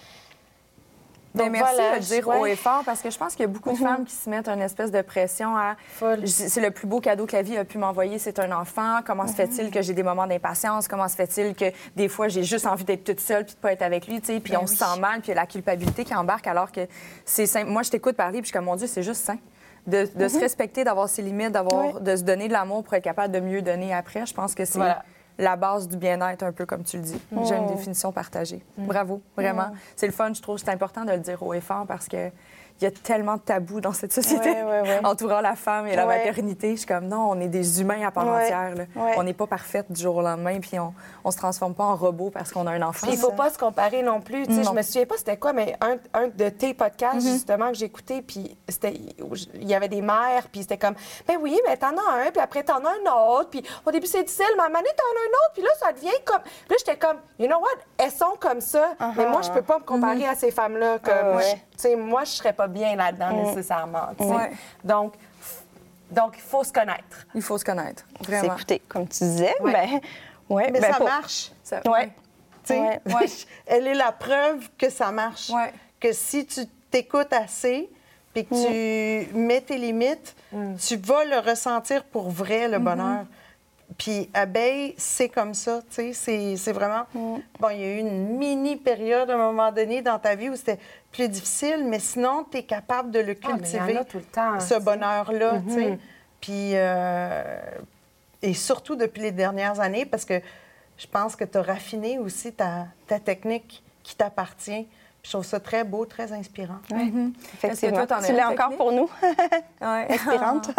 Donc, merci voilà, de le dire ouais. haut et fort, parce que je pense qu'il y a beaucoup de mm-hmm. femmes qui se mettent une espèce de pression à « c'est le plus beau cadeau que la vie a pu m'envoyer, c'est un enfant. Comment mm-hmm. se fait-il que j'ai des moments d'impatience? Comment se fait-il que des fois, j'ai juste envie d'être toute seule puis de pas être avec lui? » Puis ben on oui. se sent mal, puis il y a la culpabilité qui embarque, alors que c'est simple. Moi, je t'écoute parler, puis je suis comme « Mon Dieu, c'est juste sain. » De, de mm-hmm. se respecter, d'avoir ses limites, d'avoir, oui. de se donner de l'amour pour être capable de mieux donner après. Je pense que c'est... Voilà. La base du bien-être, un peu comme tu le dis. Oh. J'ai une définition partagée. Mm. Bravo, vraiment. Oh. C'est le fun, je trouve. C'est important de le dire haut et fort parce qu'il il y a tellement de tabous dans cette société ouais, ouais, ouais. entourant la femme et la ouais. maternité. Je suis comme, non, on est des humains à part ouais. entière. Là. Ouais. On n'est pas parfaite du jour au lendemain, puis on ne se transforme pas en robot parce qu'on a un enfant. Il ne faut pas se comparer non plus. Tu sais, je me souviens pas c'était quoi, mais un, un de tes podcasts, mm-hmm. justement, que j'ai écouté, puis c'était, il y avait des mères, puis c'était comme, ben oui, mais t'en as un, puis après t'en as un autre, puis au début c'est difficile, mais à un moment donné, t'en as un autre, puis là, ça devient comme... Puis là, j'étais comme, you know what, elles sont comme ça, uh-huh. mais moi, je peux pas me comparer mm-hmm. à ces femmes-là. Comme, uh, ouais. Tu sais, moi, je serais pas bien là-dedans, mm. nécessairement. Tu sais. Ouais. Donc, donc, il faut se connaître. Il faut se connaître, vraiment. S'écouter, comme tu disais. Ouais. Ben, ouais, mais ben, ça pour... marche. Ça... Ouais. Tu sais, ouais. Elle est la preuve que ça marche. Ouais. Que si tu t'écoutes assez puis que mm. tu mets tes limites, mm. tu vas le ressentir pour vrai, le mm-hmm. bonheur. Puis Abeille, c'est comme ça, tu sais, c'est, c'est vraiment... Mm. Bon, il y a eu une mini-période à un moment donné dans ta vie où c'était plus difficile, mais sinon, tu es capable de le cultiver, ah, tout le temps, ce bonheur-là, mm-hmm. tu sais. Puis, euh... et surtout depuis les dernières années, parce que je pense que tu as raffiné aussi ta, ta technique qui t'appartient. Je trouve ça très beau, très inspirant. Oui, mm-hmm. Effectivement. Toi, tu l'es encore pour nous. Ouais. Inspirante.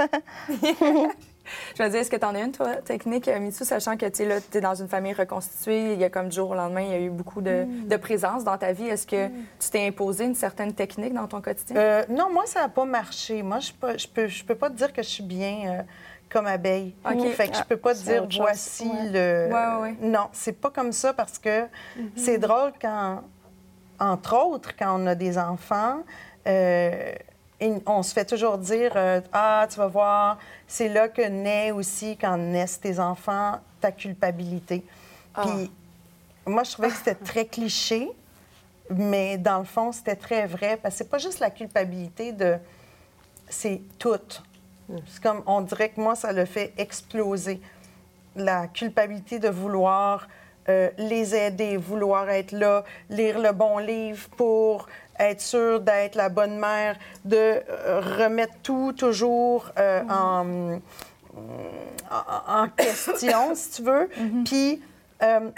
Je veux dire, est-ce que tu en as une, toi, technique, Mitsou, sachant que tu es dans une famille reconstituée, il y a comme du jour au lendemain, il y a eu beaucoup de, mm. de présence dans ta vie. Est-ce que mm. tu t'es imposé une certaine technique dans ton quotidien? Euh, non, moi, ça n'a pas marché. Moi, je ne peux, je peux pas te dire que je suis bien euh, comme Abeille. Okay. Fait que je peux pas te dire, voici ouais. le... Ouais, ouais, ouais. Non, c'est pas comme ça parce que mm-hmm. c'est drôle quand, entre autres, quand on a des enfants... Euh, Et on se fait toujours dire euh, « Ah, tu vas voir, c'est là que naît aussi, quand naissent tes enfants, ta culpabilité. Ah. » Puis moi, je trouvais que c'était très cliché, mais dans le fond, c'était très vrai, parce que c'est pas juste la culpabilité de... C'est tout. C'est comme, on dirait que moi, ça le fait exploser. La culpabilité de vouloir euh, les aider, vouloir être là, lire le bon livre pour... être sûre d'être la bonne mère, de remettre tout toujours euh, en, en, en question, si tu veux. Mm-hmm. Puis, euh,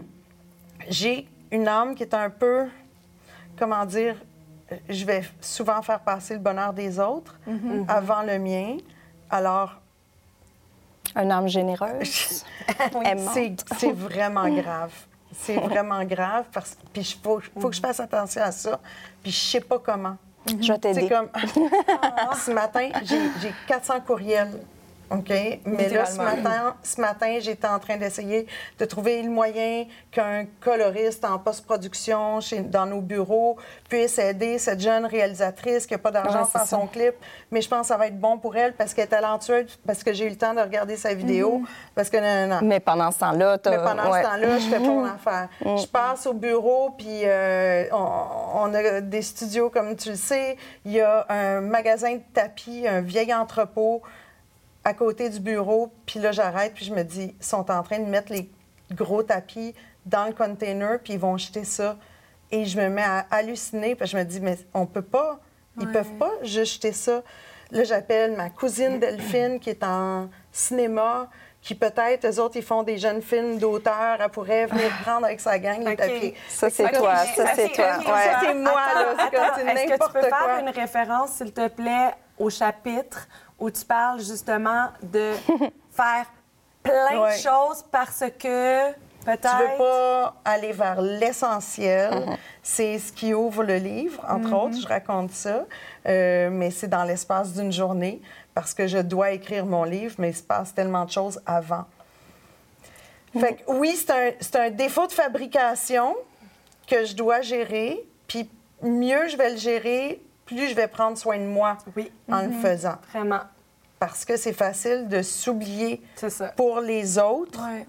j'ai une âme qui est un peu, comment dire, je vais souvent faire passer le bonheur des autres mm-hmm. avant le mien. Alors... Une âme généreuse, aimante. C'est, c'est vraiment grave. C'est vraiment grave, parce que il faut, faut que je fasse attention à ça. Puis je sais pas comment. Mm-hmm. Je vais t'aider. C'est comme... ce matin, j'ai, j'ai quatre cents courriels, OK? Mais là, ce matin, ce matin, j'étais en train d'essayer de trouver le moyen qu'un coloriste en post-production chez, dans nos bureaux puisse aider cette jeune réalisatrice qui n'a pas d'argent pour faire son clip. Mais je pense que ça va être bon pour elle parce qu'elle est talentueuse, parce que j'ai eu le temps de regarder sa vidéo. Mm-hmm. Parce que non, non, non. Mais pendant ce temps-là, t'as... Mais pendant ouais. ce temps-là, je fais pas mon affaire. Mm-hmm. Je passe au bureau, puis euh, on, on a des studios, comme tu le sais. Il y a un magasin de tapis, un vieil entrepôt à côté du bureau, puis là, j'arrête, puis je me dis, ils sont en train de mettre les gros tapis dans le container, puis ils vont jeter ça. Et je me mets à halluciner, puis je me dis, mais on peut pas, ils ouais. peuvent pas juste jeter ça. Là, j'appelle ma cousine Delphine, qui est en cinéma, qui peut-être, eux autres, ils font des jeunes films d'auteurs, elle pourrait venir prendre avec sa gang les okay. tapis. Ça, c'est okay. toi, ça, ça, c'est toi. Okay. Ouais. Ça, c'est moi, attends, là. C'est attends, comme, est-ce que tu peux quoi. faire une référence, s'il te plaît, au chapitre où tu parles justement de faire plein ouais. de choses parce que peut-être... Tu veux pas aller vers l'essentiel. Mm-hmm. C'est ce qui ouvre le livre, entre mm-hmm. autres, je raconte ça. Euh, mais c'est dans l'espace d'une journée parce que je dois écrire mon livre, mais il se passe tellement de choses avant. Mm-hmm. Fait que oui, c'est un, c'est un défaut de fabrication que je dois gérer, puis mieux je vais le gérer, plus je vais prendre soin de moi oui. en mm-hmm. le faisant. Vraiment. Parce que c'est facile de s'oublier c'est ça. Pour les autres, ouais.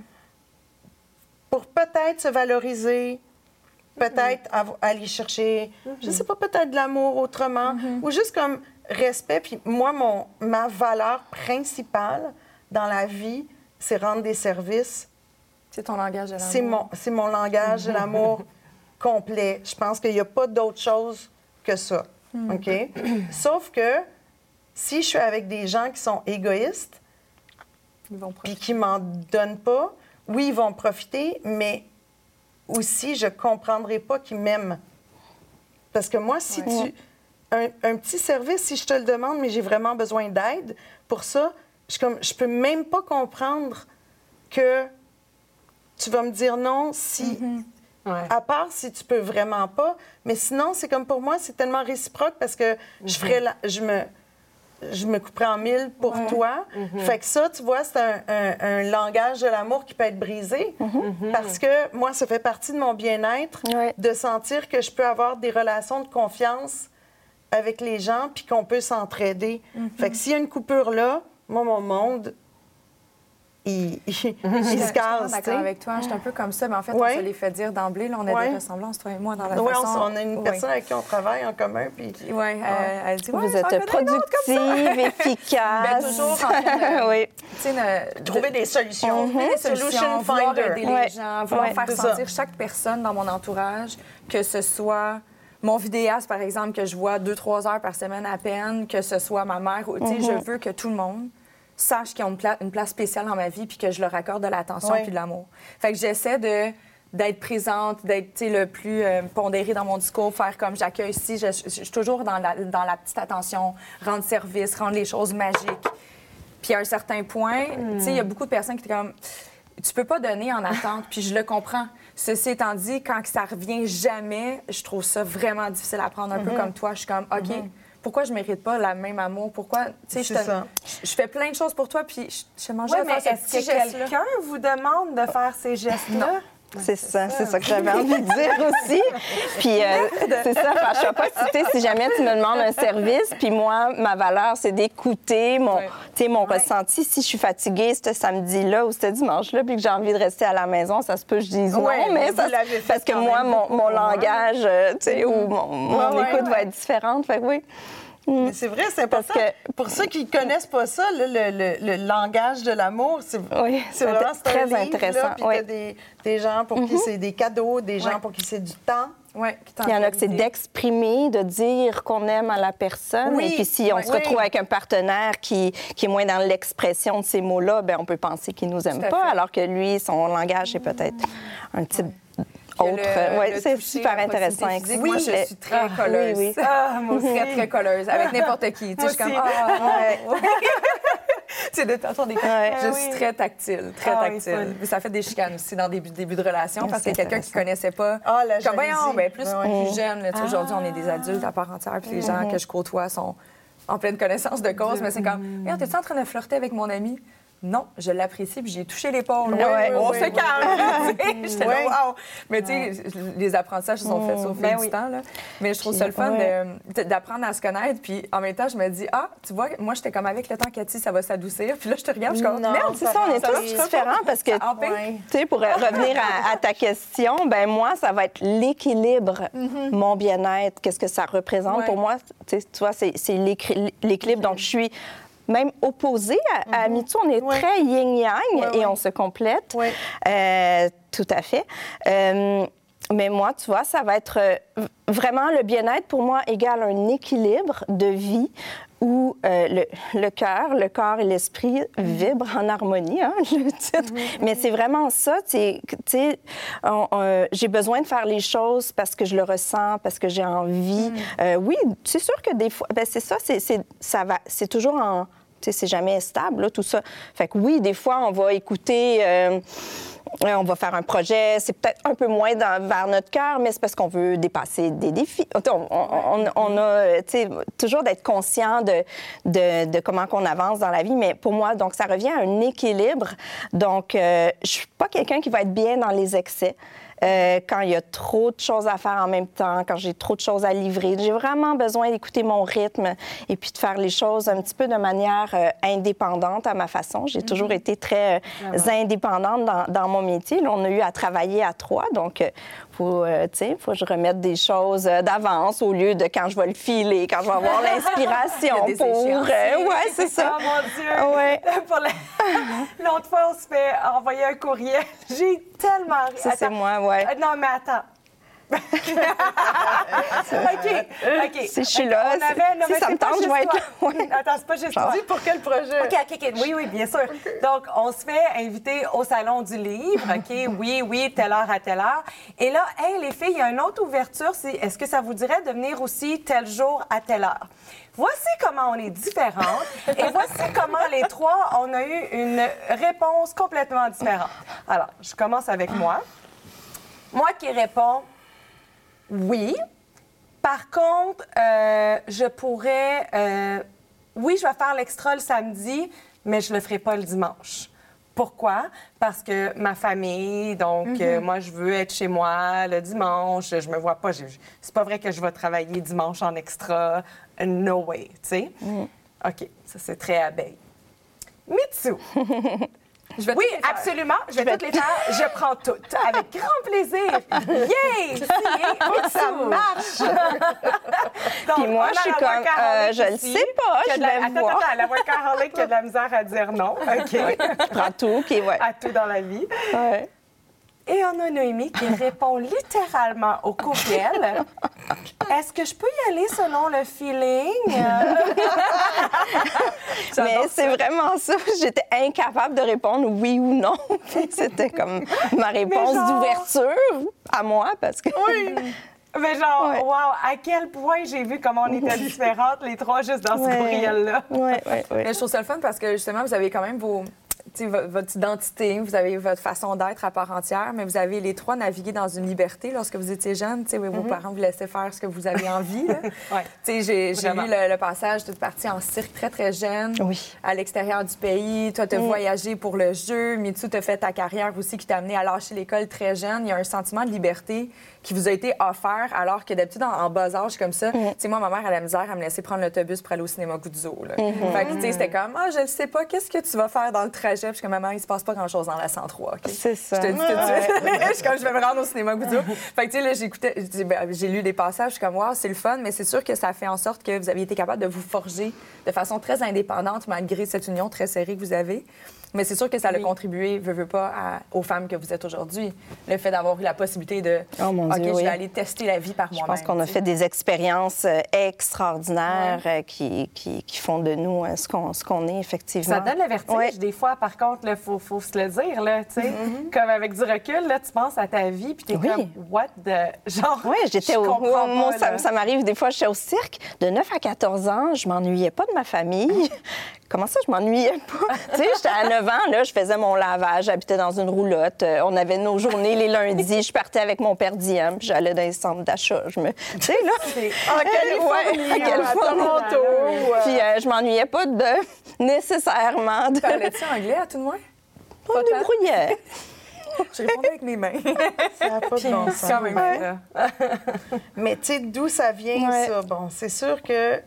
pour peut-être se valoriser, peut-être mm-hmm. av- aller chercher, mm-hmm. je sais pas, peut-être de l'amour autrement, mm-hmm. ou juste comme respect. Puis moi, mon, ma valeur principale dans la vie, c'est rendre des services. C'est ton langage de l'amour. C'est mon, c'est mon langage de l'amour complet. Je pense qu'il n'y a pas d'autre chose que ça. Mm. OK? Sauf que si je suis avec des gens qui sont égoïstes, puis qui ne m'en donnent pas, oui, ils vont profiter, mais aussi, je ne comprendrai pas qu'ils m'aiment. Parce que moi, si ouais. tu un, un petit service si je te le demande, mais j'ai vraiment besoin d'aide pour ça, je comme je peux même pas comprendre que tu vas me dire non si... Mm-hmm. Ouais. À part si tu peux vraiment pas. Mais sinon, c'est comme pour moi, c'est tellement réciproque parce que mm-hmm. je ferais la, je me je me couperais en mille pour ouais. toi. Mm-hmm. Fait que ça, tu vois, c'est un, un, un langage de l'amour qui peut être brisé mm-hmm. parce que moi, ça fait partie de mon bien-être ouais. de sentir que je peux avoir des relations de confiance avec les gens puis qu'on peut s'entraider. Mm-hmm. Fait que s'il y a une coupure là, moi, mon monde... Il, il, mm-hmm. il se casse. Je suis d'accord avec toi. Je suis un peu comme ça, mais en fait, ouais. on se les fait dire d'emblée. Là, on a ouais. des ressemblances, toi et moi, dans la ouais, façon... On, on a une ouais. personne avec qui on travaille en commun. Puis... Oui, euh, elle dit... Ouais, vous êtes productive, efficace. Ben, toujours en train de... oui. ne... Trouver des solutions. Mm-hmm. Des solutions, vouloir aider ouais. les gens, vouloir ouais. faire sentir ça. Chaque personne dans mon entourage, que ce soit... Mon vidéaste, par exemple, que je vois deux, trois heures par semaine à peine, que ce soit ma mère, tu sais, mm-hmm. je veux que tout le monde sache qu'ils ont une, pla- une place spéciale dans ma vie puis que je leur accorde de l'attention oui. puis de l'amour. Fait que j'essaie de, d'être présente, d'être le plus euh, pondérée dans mon discours, faire comme j'accueille ici. Je, je, je suis toujours dans la, dans la petite attention, rendre service, rendre les choses magiques. Puis à un certain point, mm. tu sais, il y a beaucoup de personnes qui étaient comme... Tu peux pas donner en attente, puis je le comprends. Ceci étant dit, quand ça revient jamais, je trouve ça vraiment difficile à prendre, un mm-hmm. peu comme toi. Je suis comme, OK... Mm-hmm. Pourquoi je mérite pas le même amour? Pourquoi, tu sais, je, je fais plein de choses pour toi, puis je, je mange ouais, mais est-ce que quelqu'un vous demande de faire ces gestes-là? Non. C'est ça, c'est ça que j'avais envie de dire aussi. Puis euh, c'est ça, je ne vais pas citer si jamais tu me demandes un service. Puis moi, ma valeur, c'est d'écouter mon, ouais. mon ouais. ressenti. Si je suis fatiguée ce samedi-là ou ce dimanche-là, puis que j'ai envie de rester à la maison, ça se peut que je dise non, ouais, mais ça, parce que moi, mon, mon langage, euh, tu sais, ou mon, mon ouais, écoute ouais, va ouais. être différente. Fait que oui. Mais c'est vrai, c'est important. Que... Pour ceux qui ne connaissent pas ça, le, le, le langage de l'amour, c'est, oui, c'est vraiment c'est très un livre, intéressant. Là, puis oui. t'as des, des gens pour mm-hmm. qui c'est des cadeaux, des gens ouais. pour qui c'est du temps. Ouais, il y en a que c'est d'exprimer, de dire qu'on aime à la personne. Oui, et puis si on oui, se retrouve oui. avec un partenaire qui, qui est moins dans l'expression de ces mots-là, bien, on peut penser qu'il ne nous aime pas, alors que lui, son langage est peut-être un type... Ouais. Autre. Le, oui, le c'est toucher, super intéressant. Oui, moi, je suis très ah, colleuse. Oui, oui. Ah, moi aussi. Très, très colleuse. Avec n'importe qui. Tu sais, je suis comme... Ah, ouais. C'est de t'entendre des ouais. Je suis très tactile, très ah, tactile. Oui, ça fait des chicanes aussi dans des débuts de relation parce que quelqu'un qui ne connaissait pas... Ah, la comme, voyons, ben, plus, ouais. plus jeune. Là, ah. Aujourd'hui, on est des adultes à part entière, puis les gens que je côtoie sont en pleine connaissance de cause, mais c'est comme... Mais t'es-tu en train de flirter avec mon ami? Non, je l'apprécie, puis j'ai touché l'épaule. Ouais, ouais, on ouais, se ouais, calme. Ouais. J'étais là, wow! Mais tu sais, les apprentissages se sont faits au fil ben du oui. temps. Là. Mais je trouve puis, ça le fun ouais. de, d'apprendre à se connaître. Puis en même temps, je me dis, ah, tu vois, moi, j'étais comme avec le temps, Cathy, ça va s'adoucir. Puis là, je te regarde, je suis comme, merde, c'est ça, ça on est tous différents parce que, ouais. tu sais, pour revenir à, à ta question, ben moi, ça va être l'équilibre, mm-hmm. mon bien-être, qu'est-ce que ça représente. Ouais. Pour moi, tu vois, c'est, c'est l'équilibre. Donc, je suis... même opposés à, à mm-hmm. MeToo. On est ouais. très yin-yang ouais, et ouais. on se complète. Ouais. Euh, tout à fait. Euh, mais moi, tu vois, ça va être euh, vraiment le bien-être pour moi égale un équilibre de vie où euh, le, le cœur, le corps et l'esprit mm-hmm. vibrent en harmonie, hein, le titre. Mm-hmm. Mais c'est vraiment ça, tu sais, j'ai besoin de faire les choses parce que je le ressens, parce que j'ai envie. Mm-hmm. Euh, oui, c'est sûr que des fois, ben c'est ça, c'est, c'est, ça va, c'est toujours en... Tu sais, c'est jamais stable, là, tout ça. Fait que oui, des fois, on va écouter... Euh, on va faire un projet, c'est peut-être un peu moins dans, vers notre cœur, mais c'est parce qu'on veut dépasser des défis. On, on, on a, tu sais, toujours d'être conscient de, de, de comment qu'on avance dans la vie, mais pour moi, donc, ça revient à un équilibre. Donc, euh, je suis pas quelqu'un qui va être bien dans les excès. Euh, quand il y a trop de choses à faire en même temps, quand j'ai trop de choses à livrer. J'ai vraiment besoin d'écouter mon rythme et puis de faire les choses un petit peu de manière euh, indépendante à ma façon. J'ai mm-hmm. toujours été très euh, indépendante dans, dans mon métier. Là, on a eu à travailler à trois, donc il faut, euh, faut que je remette des choses d'avance au lieu de quand je vais le filer, quand je vais avoir l'inspiration pour... Euh, oui, c'est ça. Oh mon Dieu! Ouais. Pour la... L'autre fois, on se fait envoyer un courrier. J'ai tellement ri. Ça, c'est moi, oui. Non, mais attends. OK, OK. Si je suis là, on avait, non, si mais ça c'est me pas tente, je juste vais être toi. là. Ouais. Attends, c'est pas juste toi. Dis pour quel projet? OK, OK, OK. Oui, oui, bien sûr. Donc, on se fait inviter au Salon du Livre. OK, oui, oui, telle heure à telle heure. Et là, hey, les filles, il y a une autre ouverture. C'est, est-ce que ça vous dirait de venir aussi tel jour à telle heure? Voici comment on est différentes et voici comment les trois, on a eu une réponse complètement différente. Alors, je commence avec moi. Moi qui réponds oui. Par contre, euh, je pourrais... Euh, oui, je vais faire l'extra le samedi, mais je le ferai pas le dimanche. Pourquoi? Parce que ma famille, donc mm-hmm. euh, moi, je veux être chez moi le dimanche. Je me vois pas. Je, c'est pas vrai que je vais travailler dimanche en extra. No way, tu sais? Mm. OK, ça, c'est très abeille. Mitsu. Je vais oui, absolument. Je vais, je vais toutes les faire. Je prends toutes. Avec grand plaisir. Yay! Si, oh, ça marche! Donc, puis moi, je suis comme, euh, je le sais pas, je la, vais attends, voir. Attends, la workaholic qui a de la misère à dire non. OK. Je prends tout, puis ouais. À tout dans la vie. Ouais. Et on a Noémie qui répond littéralement au courriel. Est-ce que je peux y aller selon le feeling? Mais c'est vraiment ça. J'étais incapable de répondre oui ou non. C'était comme ma réponse genre... d'ouverture à moi parce que... Oui! Mais genre, ouais. wow, à quel point j'ai vu comment on était différentes, les trois, juste dans ce ouais. courriel-là. Oui, oui, oui. Mais je trouve ça le fun parce que, justement, vous avez quand même vos... votre identité, vous avez votre façon d'être à part entière, mais vous avez les trois navigué dans une liberté lorsque vous étiez jeune. Mm-hmm. Vos parents vous laissaient faire ce que vous avez envie. Ouais. J'ai, j'ai lu le, le passage, tu es partie en cirque très, très jeune, oui. à l'extérieur du pays. Toi, tu as mm. voyagé pour le jeu. Mitsu, tu as fait ta carrière aussi qui t'a amené à lâcher l'école très jeune. Il y a un sentiment de liberté qui vous a été offert, alors que d'habitude, en, en bas âge comme ça, mm. tu sais, moi, ma mère, à la misère, elle me laissait prendre l'autobus pour aller au cinéma Guzzo. Mm-hmm. Fait que, tu sais, c'était comme, ah, oh, je ne sais pas, qu'est-ce que tu vas faire dans le trajet? Puis que maman, il se passe pas grand-chose dans la cent trois, OK? C'est ça. Je te dis tout de suite. Je suis comme, je vais me rendre au cinéma Guzzo. Fait que, tu sais, là, j'écoutais, j'ai lu des passages, je suis comme, wow, c'est le fun, mais c'est sûr que ça fait en sorte que vous avez été capable de vous forger de façon très indépendante, malgré cette union très serrée que vous avez. Mais c'est sûr que ça a oui. contribué, veux, veux pas, à, aux femmes que vous êtes aujourd'hui. Le fait d'avoir eu la possibilité de, oh mon OK, Dieu, je vais oui. aller tester la vie par je moi-même. Je pense qu'on a fait des expériences extraordinaires ouais. qui, qui, qui font de nous ce qu'on, ce qu'on est, effectivement. Ça donne le vertige, ouais. des fois, par contre, il faut, faut se le dire, là, tu sais. Mm-hmm. Comme avec du recul, là, tu penses à ta vie, puis t'es oui. comme, what the... Genre, oui, j'étais au... Pas, moi, ça, ça m'arrive des fois, je suis au cirque. De neuf à quatorze ans, je m'ennuyais pas de ma famille. Comment ça, je m'ennuyais pas? Tu sais, j'étais à neuf ans, là, je faisais mon lavage, j'habitais dans une roulotte. Euh, on avait nos journées les lundis. Je partais avec mon père diem, puis j'allais dans les centres d'achat. Je me... Tu sais, là... En Californie, ouais, à Toronto. Puis euh, je m'ennuyais pas de... nécessairement de... Parlais-tu anglais, à tout de moins? On me débrouillait. Je répondais avec mes mains. Ça n'a pas de bon sens. Quand même, ouais. Mais tu sais, d'où ça vient, ouais. ça? Bon, c'est sûr que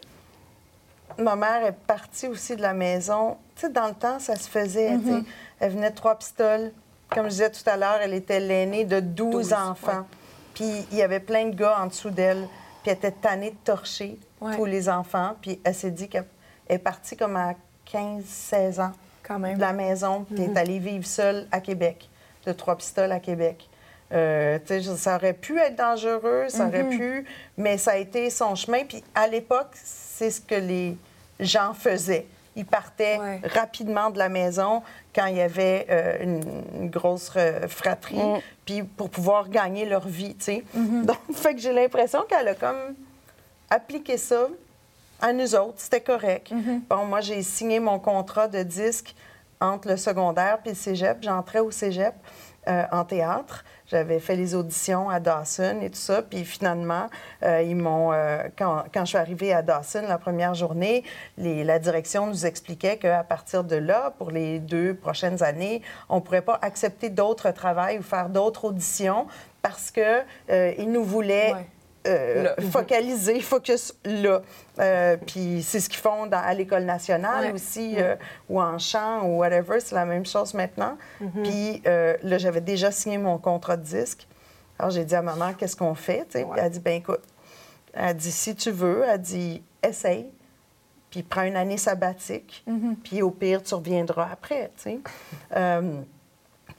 ma mère est partie aussi de la maison. Tu sais, dans le temps, ça se faisait. Mm-hmm. Elle venait de Trois-Pistoles. Comme je disais tout à l'heure, elle était l'aînée de douze, douze enfants. Ouais. Puis il y avait plein de gars en dessous d'elle. Puis elle était tannée de torcher ouais. tous les enfants. Puis elle s'est dit qu'elle est partie comme à quinze seize ans Quand même. de la maison. Puis mm-hmm. elle est allée vivre seule à Québec, de Trois-Pistoles à Québec. Euh, ça aurait pu être dangereux, ça mm-hmm. aurait pu, mais ça a été son chemin. Puis à l'époque, c'est ce que les gens faisaient. Ils partaient ouais. rapidement de la maison quand il y avait euh, une, une grosse euh, fratrie, mm. puis pour pouvoir gagner leur vie, tu sais. Mm-hmm. Donc, fait que j'ai l'impression qu'elle a comme appliqué ça à nous autres. C'était correct. Mm-hmm. Bon, moi, j'ai signé mon contrat de disque entre le secondaire puis le cégep. J'entrais au cégep euh, en théâtre. J'avais fait les auditions à Dawson et tout ça. Puis finalement, euh, ils m'ont... Euh, quand, quand je suis arrivée à Dawson la première journée, les, la direction nous expliquait qu'à partir de là, pour les deux prochaines années, on ne pourrait pas accepter d'autres travails ou faire d'autres auditions parce qu'ils euh, nous voulaient... Ouais. Euh, focaliser, focus là. Euh, puis c'est ce qu'ils font dans, à l'École nationale ouais. aussi, euh, ou en chant, ou whatever, c'est la même chose maintenant. Mm-hmm. Puis euh, là, j'avais déjà signé mon contrat de disque. Alors j'ai dit à maman, qu'est-ce qu'on fait? Ouais. Puis elle a dit, bien écoute, elle a dit, si tu veux, elle a dit, essaye, puis prends une année sabbatique, mm-hmm. puis au pire, tu reviendras après, tu sais. euh,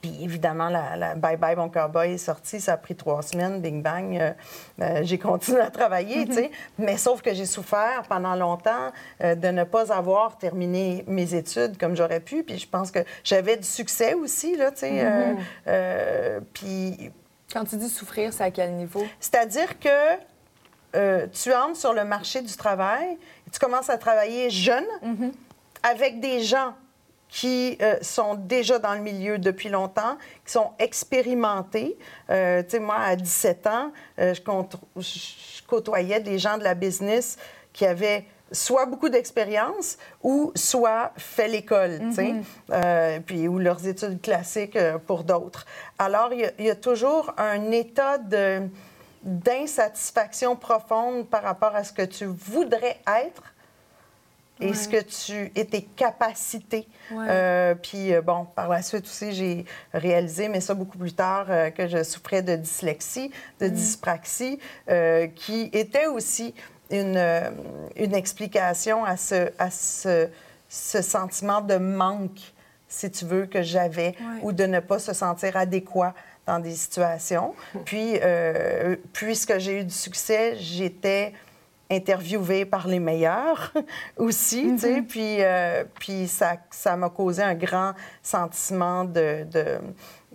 Puis évidemment, la, la Bye Bye Mon Cowboy est sortie, ça a pris trois semaines, bing bang, euh, euh, j'ai continué à travailler, tu sais. Mais sauf que j'ai souffert pendant longtemps euh, de ne pas avoir terminé mes études comme j'aurais pu. Puis je pense que j'avais du succès aussi, là, tu sais. Mm-hmm. euh, euh, puis... Quand tu dis souffrir, c'est à quel niveau? C'est-à-dire que euh, tu entres sur le marché du travail, et tu commences à travailler jeune mm-hmm. avec des gens qui euh, sont déjà dans le milieu depuis longtemps, qui sont expérimentés. Euh, tu sais, moi, à dix-sept ans, euh, je, contre... je côtoyais des gens de la business qui avaient soit beaucoup d'expérience ou soit fait l'école, tu sais, mm-hmm. euh, puis ou leurs études classiques euh, pour d'autres. Alors, il y, y a toujours un état de, d'insatisfaction profonde par rapport à ce que tu voudrais être et ouais. ce que tu et tes capacités. Ouais. Euh, puis, euh, bon, par la suite aussi, j'ai réalisé, mais ça beaucoup plus tard, euh, que je souffrais de dyslexie, de mm. dyspraxie, euh, qui était aussi une, euh, une explication à, ce, à ce, ce sentiment de manque, si tu veux, que j'avais, ouais. ou de ne pas se sentir adéquat dans des situations. Puis, euh, puisque j'ai eu du succès, j'étais interviewée par les meilleurs aussi, mm-hmm. tu sais, puis, euh, puis ça, ça m'a causé un grand sentiment de... de euh,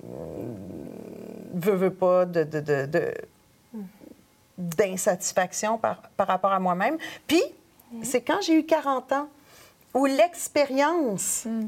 veux, veux pas, de... de, de, de d'insatisfaction par, par rapport à moi-même. Puis, mm-hmm. c'est quand j'ai eu quarante ans où l'expérience mm.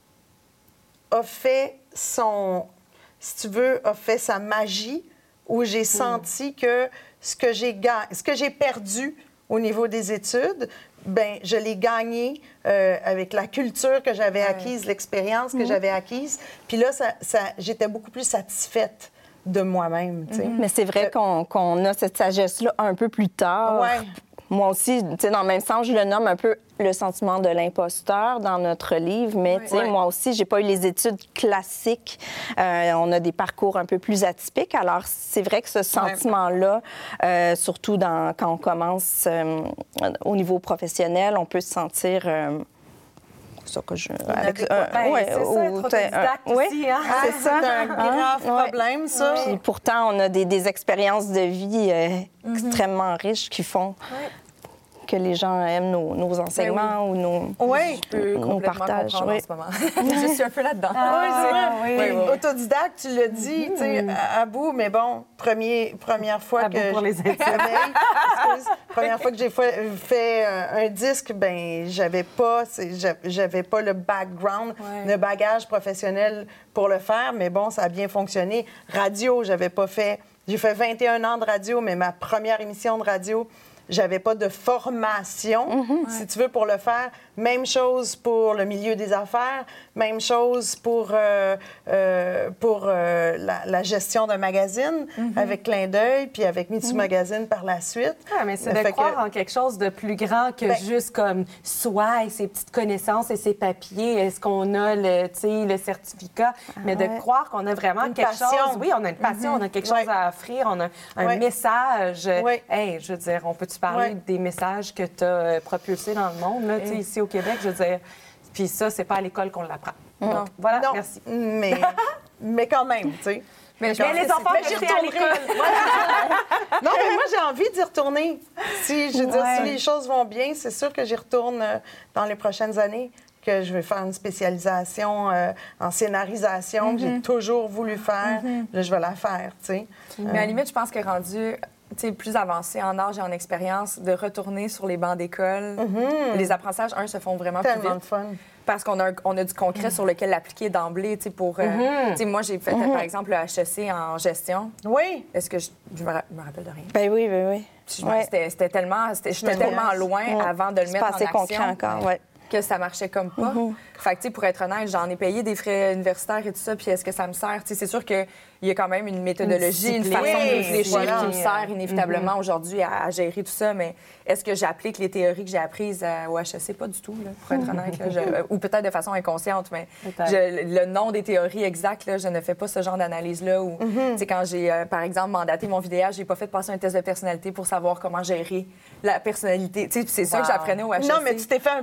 a fait son... si tu veux, a fait sa magie, où j'ai mm. senti que ce que j'ai ga... ce que j'ai perdu au niveau des études, ben je l'ai gagné euh, avec la culture que j'avais ouais. acquise, l'expérience que mm. j'avais acquise. Puis là, ça, ça, j'étais beaucoup plus satisfaite de moi-même, tu sais. Mm-hmm. Mais c'est vrai euh, qu'on, qu'on a cette sagesse-là un peu plus tard. Ouais. Moi aussi, tu sais, dans le même sens, je le nomme un peu le sentiment de l'imposteur dans notre livre, mais tu sais, ouais. moi aussi, j'ai pas eu les études classiques. Euh, on a des parcours un peu plus atypiques. Alors, c'est vrai que ce sentiment-là, euh, surtout dans, quand on commence euh, au niveau professionnel, on peut se sentir... Euh, ça que je... Avec, euh, ben, ouais, c'est ça, être autodidacte euh, aussi, oui, hein? c'est ça. C'est un grave hein? problème, ouais. ça. Puis pourtant, on a des, des expériences de vie euh, mm-hmm. extrêmement riches qui font ouais. que les gens aiment nos, nos enseignements oui. ou nos, oui. Je peux nos partages. Oui. En ce moment. Je suis un peu là-dedans. Ah, ah, oui, oui. oui. Autodidacte, tu l'as dit, mm-hmm. tu sais, à, à bout, mais bon, premier, première fois à que... pour les études. Première fois que j'ai fait, fait un disque, ben j'avais pas, j'avais pas le background, ouais. le bagage professionnel pour le faire, mais bon, ça a bien fonctionné. Radio, j'avais pas fait... J'ai fait vingt et un ans de radio, mais ma première émission de radio... J'avais pas de formation, mm-hmm. si tu veux, pour le faire. Même chose pour le milieu des affaires, même chose pour, euh, euh, pour euh, la, la gestion d'un magazine, mm-hmm. avec Clin d'œil, puis avec Mitsu mm-hmm. Magazine par la suite. Ah, mais c'est de croire que... en quelque chose de plus grand que ben... juste comme soi et ses petites connaissances et ses papiers. Est-ce qu'on a le, tu sais, le certificat? Ah, mais de ouais. croire qu'on a vraiment une quelque passion. chose... Oui, on a une passion, mm-hmm. on a quelque ouais. chose à offrir, on a un ouais. message. Ouais. Hey, je veux dire, on peut tu parler ouais. des messages que tu as propulsés dans le monde, là, et... ici au Québec, je veux dire. Puis ça, c'est pas à l'école qu'on l'apprend. Non. Donc, voilà, non, merci. Mais, mais quand même, tu sais. Mais, mais les enfants, j'y retournerai. Non, mais moi, j'ai envie d'y retourner. Si, je veux dire, ouais. si les choses vont bien, c'est sûr que j'y retourne dans les prochaines années, que je vais faire une spécialisation euh, en scénarisation mm-hmm. que j'ai toujours voulu faire. Mm-hmm. Là, je vais la faire, tu sais. Mais à la limite, je pense que rendu... Tu sais, plus avancé en âge et en expérience, de retourner sur les bancs d'école. Mm-hmm. Les apprentissages, un, se font vraiment Tellement plus vite. De fun. Parce qu'on a, on a du concret mm-hmm. sur lequel l'appliquer d'emblée, tu sais, pour... Euh, mm-hmm. Tu sais, moi, j'ai fait, mm-hmm. par exemple, le H E C en gestion. Oui. Est-ce que je... Je me, ra... me rappelle de rien. Ben oui, ben oui. Je, ouais. C'était, c'était tellement... C'était, j'étais tellement loin ouais. avant de le mettre en action. C'est pas assez concret encore, oui. Que ça marchait comme pas. Mm-hmm. Fait que, tu sais, pour être honnête, j'en ai payé des frais universitaires et tout ça, puis est-ce que ça me sert? Tu sais, c'est sûr qu'il y a quand même une méthodologie, une, une façon oui, de réfléchir voilà. qui me sert inévitablement mm-hmm. aujourd'hui à, à gérer tout ça, mais est-ce que j'applique les théories que j'ai apprises au H E C? Pas du tout, là, pour être honnête. Là, je, ou peut-être de façon inconsciente, mais je, le nom des théories exactes, là, je ne fais pas ce genre d'analyse-là. Où, mm-hmm. tu sais, quand j'ai, euh, par exemple, mandaté mon vidéage, j'ai pas fait passer un test de personnalité pour savoir comment gérer la personnalité. Tu sais, c'est wow. ça que j'apprenais au H E C. Non, mais tu t'es fait un plan d'affaires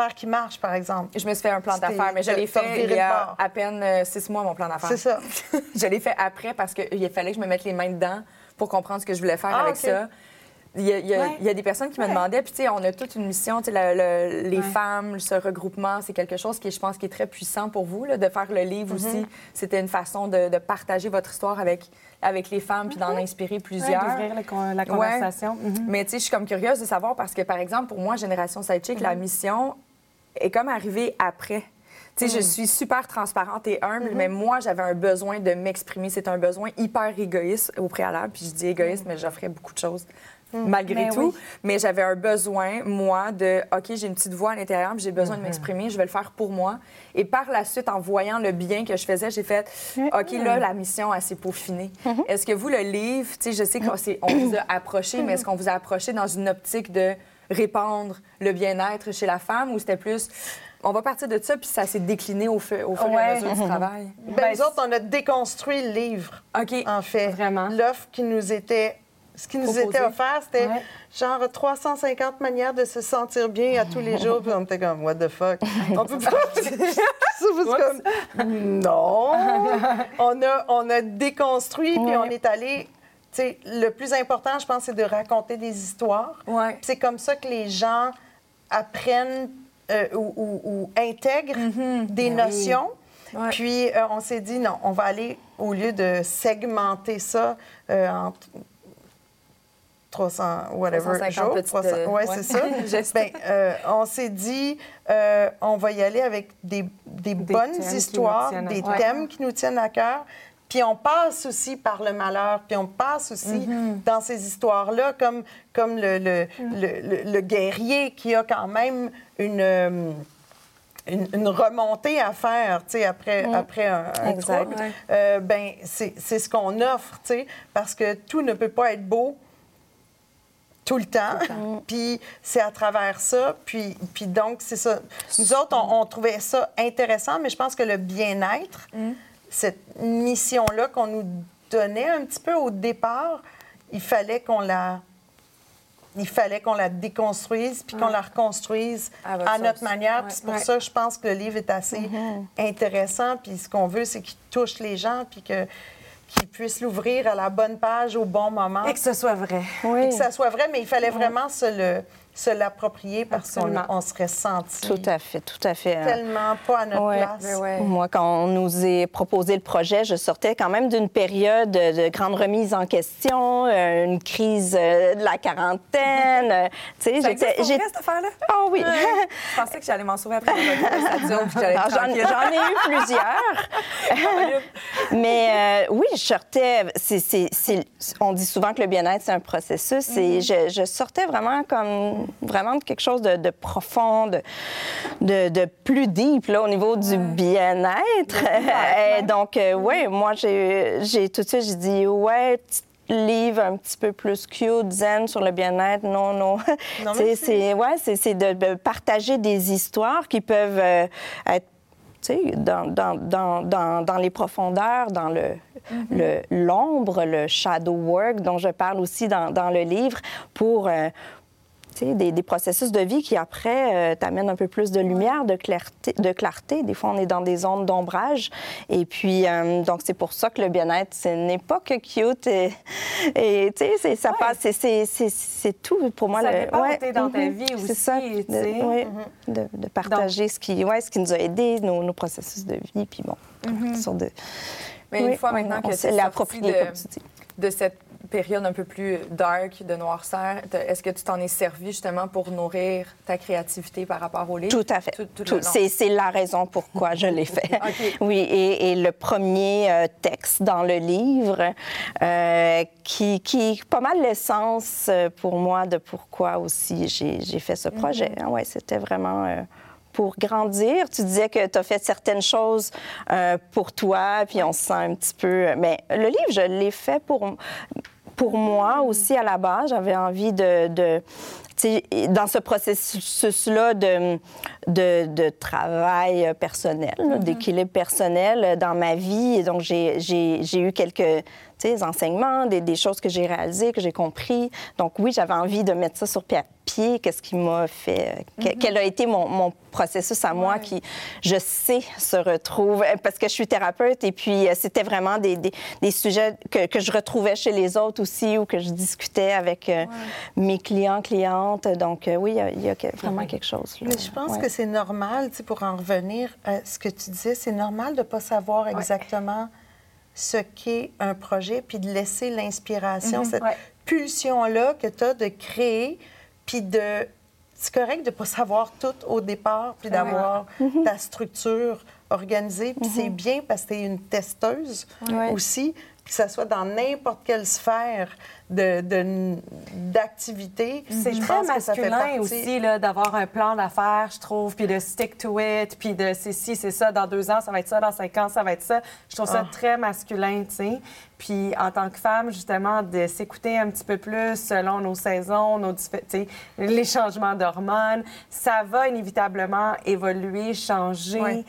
d'affaires qui marche, par exemple. Je me suis fait un plan d'affaires, mais je l'ai fait il y a à peine euh, six mois, mon plan d'affaires. C'est ça. Je l'ai fait après parce qu'il fallait que je me mette les mains dedans pour comprendre ce que je voulais faire ah, avec okay. ça. Il y, a, il, y a, ouais. il y a des personnes qui me ouais. demandaient, puis tu sais, on a toute une mission, tu sais, le, le, les ouais. femmes, ce regroupement, c'est quelque chose qui, je pense, qui est très puissant pour vous, là, de faire le livre mm-hmm. aussi. C'était une façon de, de partager votre histoire avec, avec les femmes, puis d'en inspirer plusieurs. Ouais, d'ouvrir la, la conversation. Ouais. Mm-hmm. Mais tu sais, je suis comme curieuse de savoir, parce que, par exemple, pour moi, Génération Sidechick, mm-hmm. la mission est comme arrivée après. Tu sais, mm. je suis super transparente et humble, mm-hmm. mais moi, j'avais un besoin de m'exprimer. C'est un besoin hyper égoïste au préalable. Puis je dis égoïste, mm. mais j'offrais beaucoup de choses mm. malgré mais tout. Oui. Mais j'avais un besoin, moi, de OK, j'ai une petite voix à l'intérieur, puis j'ai besoin mm-hmm. de m'exprimer, je vais le faire pour moi. Et par la suite, en voyant le bien que je faisais, j'ai fait OK, là, la mission, elle s'est peaufinée. Mm-hmm. Est-ce que vous, le livre, tu sais, je sais qu'on on vous a approché, mm-hmm. mais est-ce qu'on vous a approché dans une optique de répandre le bien-être chez la femme ou c'était plus. On va partir de ça, puis ça s'est décliné au, feu, au fur ouais. et à mesure du travail. Bien, ben, nous autres, on a déconstruit le livre, OK. en fait. Vraiment. L'offre qui nous était... Ce qui nous Proposé. était offert, c'était ouais. genre trois cent cinquante manières de se sentir bien à tous les jours. Puis on était comme, what the fuck? On peut pas... comme, non! on, a, on a déconstruit, puis ouais. on est allé... Tu sais, le plus important, je pense, c'est de raconter des histoires. Ouais. C'est comme ça que les gens apprennent euh, ou, ou, ou intègrent mm-hmm. des oui. notions. Ouais. Puis, euh, on s'est dit, non, on va aller, au lieu de segmenter ça euh, en trois cents, whatever, jours. trois cents, ouais, ouais. c'est ça. Bien, euh, on s'est dit, euh, on va y aller avec des, des, des bonnes histoires, des ouais. thèmes qui nous tiennent à cœur. Puis on passe aussi par le malheur, puis on passe aussi mm-hmm. dans ces histoires-là, comme, comme le, le, mm. le, le, le guerrier qui a quand même une, une, une remontée à faire, tu sais, après, mm. après un, un trouble. Ouais. Euh, bien, c'est, c'est ce qu'on offre, tu sais, parce que tout ne peut pas être beau tout le temps. Tout le temps. Puis c'est à travers ça. Puis, puis donc, c'est ça. Nous autres, on, on trouvait ça intéressant, mais je pense que le bien-être... Mm. Cette mission-là qu'on nous donnait un petit peu au départ, il fallait qu'on la, il fallait qu'on la déconstruise puis ouais. qu'on la reconstruise à, à notre sauce. manière. Ouais. Puis c'est pour ouais. ça que je pense que le livre est assez mm-hmm. intéressant. Puis ce qu'on veut, c'est qu'il touche les gens puis que, qu'ils puissent l'ouvrir à la bonne page au bon moment. Et que ce soit vrai. Oui. Et que ça soit vrai, mais il fallait vraiment se le... se l'approprier parce qu'on on serait senti... Tout à fait, tout à fait. Tellement pas à notre ouais. place. Ouais. Moi, quand on nous a proposé le projet, je sortais quand même d'une période de grande remise en question, euh, une crise euh, de la quarantaine. Tu sais, j'étais... J'ai... cette affaire-là? Oh oui! Ouais. Je pensais que j'allais m'en sauver après le retour de j'en, j'en ai eu plusieurs. Mais euh, oui, je sortais... C'est, c'est, c'est... On dit souvent que le bien-être, c'est un processus. Mm-hmm. Et je, je sortais vraiment comme... vraiment de quelque chose de, de profond, de, de, de plus deep là, au niveau du bien-être. Et donc, euh, oui, moi, j'ai, j'ai tout de suite, j'ai dit, ouais, petit livre un petit peu plus cute, zen sur le bien-être. Non, non. non c'est, c'est, ouais, c'est, c'est de, de partager des histoires qui peuvent euh, être tu sais, dans, dans, dans, dans, dans les profondeurs, dans le, mm-hmm. le, l'ombre, le shadow work dont je parle aussi dans, dans le livre pour... Euh, Des, des processus de vie qui, après, euh, t'amènent un peu plus de lumière, de clarté, de clarté. Des fois, on est dans des zones d'ombrage. Et puis, euh, donc, c'est pour ça que le bien-être, ce n'est pas que cute. Et, et tu sais, c'est, ça ouais. passe, c'est, c'est, c'est, c'est tout pour moi. Ça le, dépend ouais, t'es dans mm-hmm, ta vie aussi. C'est ça, de, ouais, mm-hmm. de, de partager donc, ce, qui, ouais, ce qui nous a aidés, nos, nos processus de vie. Puis bon, mm-hmm. sur de... Mais oui, une fois maintenant on, que c'est l'approprié, comme tu dis. De cette période un peu plus dark, de noirceur, est-ce que tu t'en es servi justement pour nourrir ta créativité par rapport au livre? Tout à fait. Tout, tout tout. C'est, c'est la raison pourquoi je l'ai fait. Okay. Oui, et, et le premier euh, texte dans le livre euh, qui, qui est pas mal l'essence euh, pour moi de pourquoi aussi j'ai, j'ai fait ce projet. Mm-hmm. Oui, c'était vraiment... Euh, pour grandir. Tu disais que tu as fait certaines choses euh, pour toi, puis on se sent un petit peu... Mais le livre, je l'ai fait pour, pour moi aussi à la base. J'avais envie de... de tu sais, dans ce processus-là de, de, de travail personnel, mm-hmm. d'équilibre personnel dans ma vie. Et donc, j'ai, j'ai, j'ai eu quelques... des enseignements, des, des choses que j'ai réalisées, que j'ai compris. Donc oui, j'avais envie de mettre ça sur pied. Qu'est-ce qui m'a fait... Mm-hmm. Quel a été mon, mon processus à moi ouais. qui, je sais, se retrouve... Parce que je suis thérapeute et puis c'était vraiment des, des, des sujets que, que je retrouvais chez les autres aussi ou que je discutais avec euh, ouais. mes clients, clientes. Donc euh, oui, il y a, il y a vraiment mm-hmm. quelque chose. Là. Mais je pense ouais. que c'est normal, tu sais, pour en revenir à ce que tu disais, c'est normal de ne pas savoir exactement... Ouais. ce qu'est un projet, puis de laisser l'inspiration, mm-hmm, cette ouais. pulsion-là que tu as de créer, puis de... C'est correct de ne pas savoir tout au départ, puis d'avoir ouais. mm-hmm. ta structure organisée, puis mm-hmm. c'est bien parce que tu es une testeuse ouais. aussi, que ça soit dans n'importe quelle sphère de, de, d'activité. C'est je très masculin aussi là, d'avoir un plan d'affaires, je trouve, puis de stick to it, puis de c'est ci, c'est ça, dans deux ans, ça va être ça, dans cinq ans, ça va être ça. Je trouve ça oh. très masculin, tu sais. Puis en tant que femme, justement, de s'écouter un petit peu plus selon nos saisons, nos diffé- les changements d'hormones, ça va inévitablement évoluer, changer. Ouais.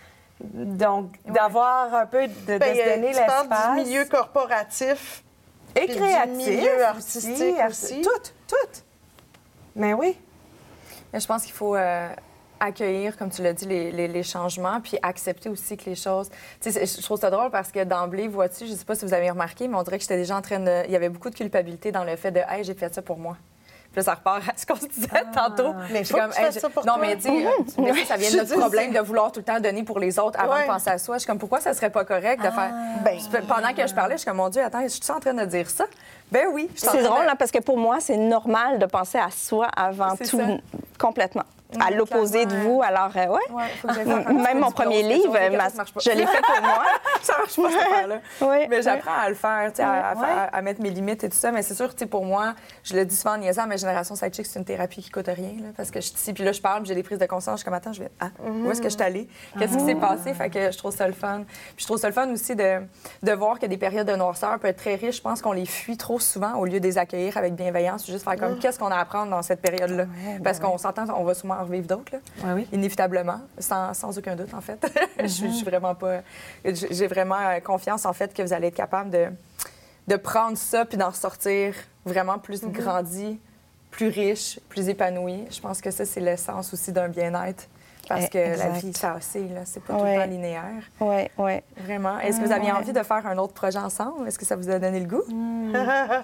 Donc, ouais. d'avoir un peu, de, ben, de se donner tu l'espace. Parles du milieu corporatif et créatif. Du milieu artistique aussi. aussi. Tout, tout. Mais oui. Mais je pense qu'il faut euh, accueillir, comme tu l'as dit, les, les, les changements, puis accepter aussi que les choses... Tu sais, je trouve ça drôle parce que d'emblée, vois-tu, je ne sais pas si vous avez remarqué, mais on dirait que j'étais déjà en train de... Il y avait beaucoup de culpabilité dans le fait de « Hey, j'ai fait ça pour moi ». Puis là, ça repart à ce qu'on se disait ah, tantôt. Mais faut comme, que tu fasses hey, ça pour non, toi. mais tu sais, mmh. ça vient de notre problème de vouloir tout le temps donner pour les autres avant ouais. de penser à soi. Je suis comme, pourquoi ça serait pas correct de ah, faire... Ben, pendant que je parlais, je suis comme, mon Dieu, attends, je suis en train de dire ça? Ben oui. C'est drôle, de... hein, parce que pour moi, c'est normal de penser à soi avant c'est tout, ça. Complètement. À l'opposé de vous, alors, euh, ouais. ouais faut que même mon premier livre, ma... je l'ai fait pour moi. Ça marche pas, cette affaire-là. Oui, mais j'apprends à le faire, tu sais, à, ouais. à, à mettre mes limites et tout ça. Mais c'est sûr, tu sais, pour moi, je le dis souvent en niaisant, mais Génération Sidechick, c'est une thérapie qui coûte rien, là, parce que je suis ici, puis là, je parle, puis j'ai des prises de conscience. Je suis comme, attends, je vais, ah, mm-hmm. où est-ce que je suis allée? Qu'est-ce mm-hmm. qui s'est passé? Fait que je trouve ça le fun. Puis je trouve ça le fun aussi de, de voir que des périodes de noirceur peuvent être très riches. Je pense qu'on les fuit trop souvent au lieu de les accueillir avec bienveillance, juste faire comme, mm. qu'est-ce qu'on a à apprendre dans cette période-là? Ouais, parce ben qu'on ouais. s'entend, on va souvent en revivre d'autres, là. Ouais, oui. Inévitablement, sans, sans aucun doute, en fait. Mm-hmm. je, je suis vraiment pas... J'ai vraiment confiance, en fait, que vous allez être capable de, de prendre ça puis d'en ressortir vraiment plus mm-hmm. grandi, plus riche, plus épanoui. Je pense que ça, c'est l'essence aussi d'un bien-être. Parce que exact. La vie, ça aussi, là, c'est pas ouais. tout le temps linéaire. Oui, oui. Vraiment. Est-ce que vous aviez ouais. envie de faire un autre projet ensemble? Est-ce que ça vous a donné le goût? Mm. euh,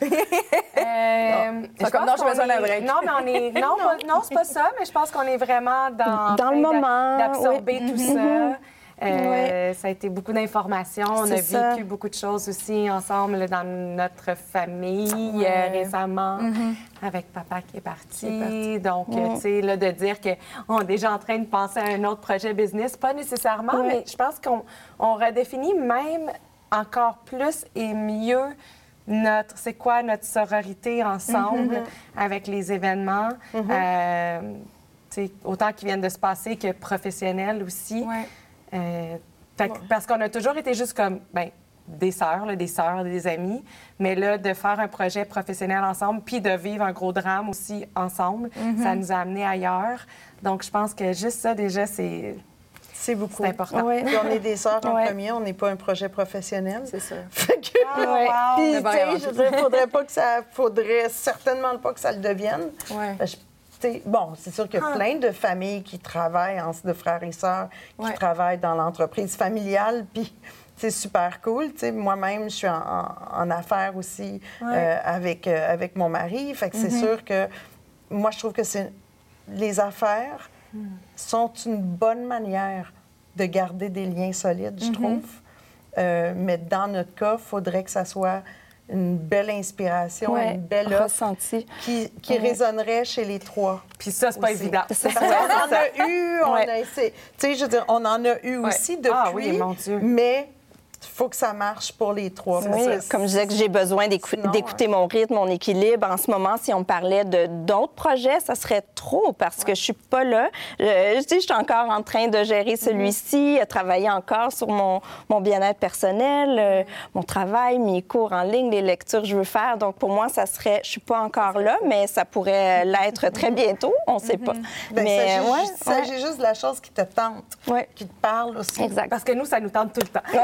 je comme, non, j'ai besoin d'un break. Non, mais on est... Non, pas... non c'est pas ça, mais je pense qu'on est vraiment dans... Dans le moment. D'absorber oui. tout mm-hmm. ça. Euh, oui. Ça a été beaucoup d'informations. On c'est a vécu ça. Beaucoup de choses aussi ensemble là, dans notre famille ouais. euh, récemment, mm-hmm. avec papa qui est parti. Qui est parti. Donc, mm. tu sais, là, de dire qu'on est déjà en train de penser à un autre projet business, pas nécessairement, oui. mais je pense qu'on on redéfinit même encore plus et mieux notre, c'est quoi notre sororité ensemble mm-hmm. avec les événements. Mm-hmm. Euh, tu sais, autant qui viennent de se passer que professionnels aussi. Ouais. Euh, fait, ouais. Parce qu'on a toujours été juste comme ben, des sœurs, là, des sœurs, des amis, mais là, de faire un projet professionnel ensemble, puis de vivre un gros drame aussi ensemble, mm-hmm. ça nous a amenés ailleurs. Donc, je pense que juste ça, déjà, c'est... C'est beaucoup. C'est important. Ouais. Puis on est des sœurs en ouais. premier, on n'est pas un projet professionnel. C'est ça. Fait que... Oh, wow. Puis, tu sais, je veux dire, faudrait pas que ça... Faudrait certainement pas que ça le devienne. Ouais. Je... Bon, c'est sûr qu'il y a ah. plein de familles qui travaillent, de frères et sœurs, qui ouais. travaillent dans l'entreprise familiale, puis c'est super cool. T'sais, moi-même, je suis en, en, en affaires aussi ouais. euh, avec, euh, avec mon mari. Fait que c'est mm-hmm. sûr que moi, je trouve que c'est les affaires mm. sont une bonne manière de garder des liens solides, je mm-hmm. trouve. Euh, mais dans notre cas, il faudrait que ça soit une belle inspiration, ouais, une belle ressenti qui, qui ouais. résonnerait chez les trois. Puis ça, c'est pas évident. C'est ça. On en a eu, on ouais. a essayé. Tu sais, je veux dire, on en a eu ouais. aussi depuis, ah, oui, mon Dieu. Mais il faut que ça marche pour les trois. Oui, ça, comme je disais que j'ai besoin d'écou- Sinon, d'écouter ouais. mon rythme, mon équilibre. En ce moment, si on me parlait de d'autres projets, ça serait trop parce ouais. que je suis pas là. Je, je dis, je suis encore en train de gérer celui-ci, mm-hmm. travailler encore sur mon, mon bien-être personnel, euh, mon travail, mes cours en ligne, les lectures que je veux faire. Donc, pour moi, ça serait... Je suis pas encore là, mais ça pourrait l'être très bientôt. On sait pas. Mm-hmm. Ben, mais il ouais, s'agit ouais. juste de la chose qui te tente, ouais. qui te parle aussi. Exact. Parce que nous, ça nous tente tout le temps. Oui, c'est ça.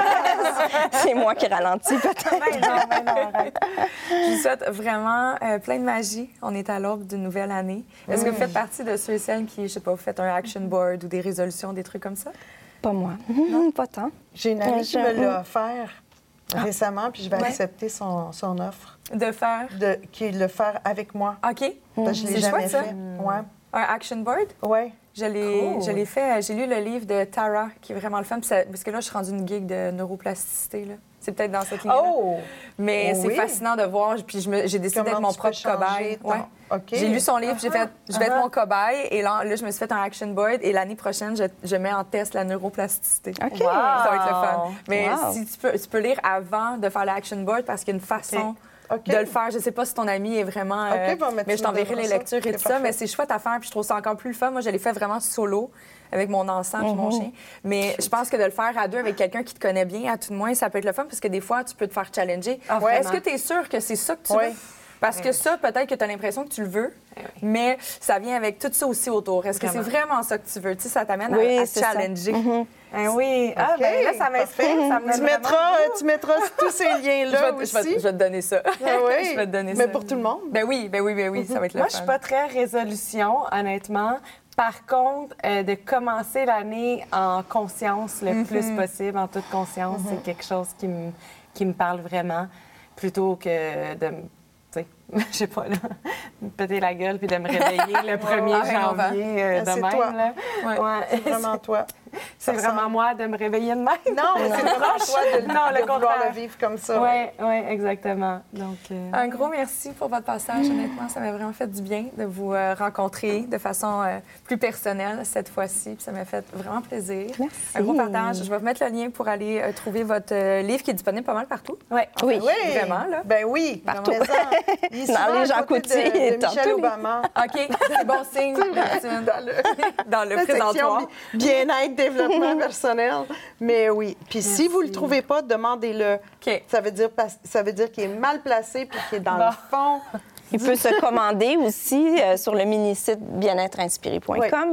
C'est moi qui ralentis, peut-être. Ben non, ben non, arrête. Je vous souhaite vraiment euh, plein de magie. On est à l'aube d'une nouvelle année. Est-ce que vous faites partie de ceux et celles qui, je sais pas, vous faites un action board ou des résolutions, des trucs comme ça? Pas moi. Pas tant. J'ai une amie Euh, qui je- me l'a offert récemment, puis je vais Ouais. accepter son, son offre De faire. de qui le faire avec moi. OK. Parce que je l'ai C'est jamais chouette, ça. fait. Ouais. Un action board? Ouais. Je l'ai, Cool. je l'ai fait. J'ai lu le livre de Tara, qui est vraiment le fun. Puis ça- parce que là, je suis rendue une geek de neuroplasticité. Là. C'est peut-être dans cette ligne-là. Oh! Mais Oui. c'est fascinant de voir. Puis je me- j'ai décidé Comment d'être mon tu peux propre changer cobaye. ton- Ouais. OK. J'ai lu son livre, j'ai fait, je vais être Ah. mon cobaye. Et là, là, je me suis fait un action board. Et l'année prochaine, je, je mets en test la neuroplasticité. OK. Ça va être le fun. Mais Wow. si tu peux, tu peux lire avant de faire l'action board parce qu'il y a une façon OK. de le faire. Je ne sais pas si ton ami est vraiment... euh, OK, bon, mais mais tu je t'enverrai me les donneras ça. lectures et C'est tout ça. parfait. Mais c'est chouette à faire. Puis je trouve ça encore plus le fun. Moi, je l'ai fait vraiment solo avec mon encens et mon chien. Mais je pense que de le faire à deux avec quelqu'un qui te connaît bien, à tout de moins, ça peut être le fun parce que des fois, tu peux te faire challenger. Ah, Ouais. Est-ce vraiment. que tu es sûr que c'est ça que tu Ouais. veux? Parce que ça, peut-être que tu as l'impression que tu le veux, mais ça vient avec tout ça aussi autour. Est-ce que c'est vraiment ça que tu veux? Tu sais, ça t'amène Oui, à, à te c'est ça. challenger. Ah oui. Ah, OK, ben là, ça m'inspire. parfait. Ça me Tu met mettras, vraiment- tu mettras tous ces Je liens-là vais, je, vais, aussi. je vais te donner ça. Ah oui. Je vais te donner Mais ça. pour tout le monde. Ben oui, ben oui, ben oui, ça va être le Moi, fun. je suis pas très résolution, honnêtement. Par contre, euh, de commencer l'année en conscience le plus possible, en toute conscience, c'est quelque chose qui me, qui me parle vraiment, plutôt que de me, tu sais, je sais pas, là, me péter la gueule puis de me réveiller le premier Ouais, on va. janvier euh, Ah, de c'est même. toi. Là. Ouais. Ouais. C'est vraiment toi. C'est Ça vraiment moi de me réveiller de même. Non, mais c'est vraiment toi de, Non, de le vouloir contraire. le vivre comme ça. Oui, oui, exactement. Donc, euh, Un gros merci pour votre passage. Honnêtement, ça m'a vraiment fait du bien de vous euh, rencontrer de façon euh, plus personnelle cette fois-ci. Puis ça m'a fait vraiment plaisir. Merci. Un gros partage. Je vais vous mettre le lien pour aller euh, trouver votre euh, livre qui est disponible pas mal partout. ouais. Oui. Oui. Vraiment, là? Ben oui. Partout. Mais ça, il est Dans souvent les à Jean côté Coutu, de, de dans Michelle tous les- Obama. OK, c'est bon signe. d'habitude. Dans le, Dans le la section présentoir. bi- bien-être, développement personnel. Mais oui. Puis si vous ne le trouvez pas, demandez-le. OK. Ça veut dire, pas- ça veut dire qu'il est mal placé puis qu'il est dans le fond. Il peut se commander aussi euh, sur le mini-site bien-être inspiré point com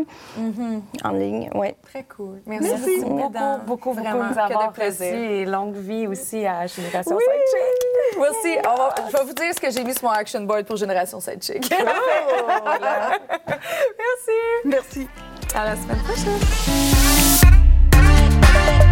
en ligne. Oui. Très cool. Merci, Merci. beaucoup, Beaucoup, mesdames. beaucoup, beaucoup Vraiment, de vous que avoir de plaisir. reçus et longue vie aussi à Génération Oui. Sidechick. Moi aussi, on va- je vais vous dire ce que j'ai mis sur mon action board pour Génération Sidechick. Merci. Merci. À la semaine prochaine.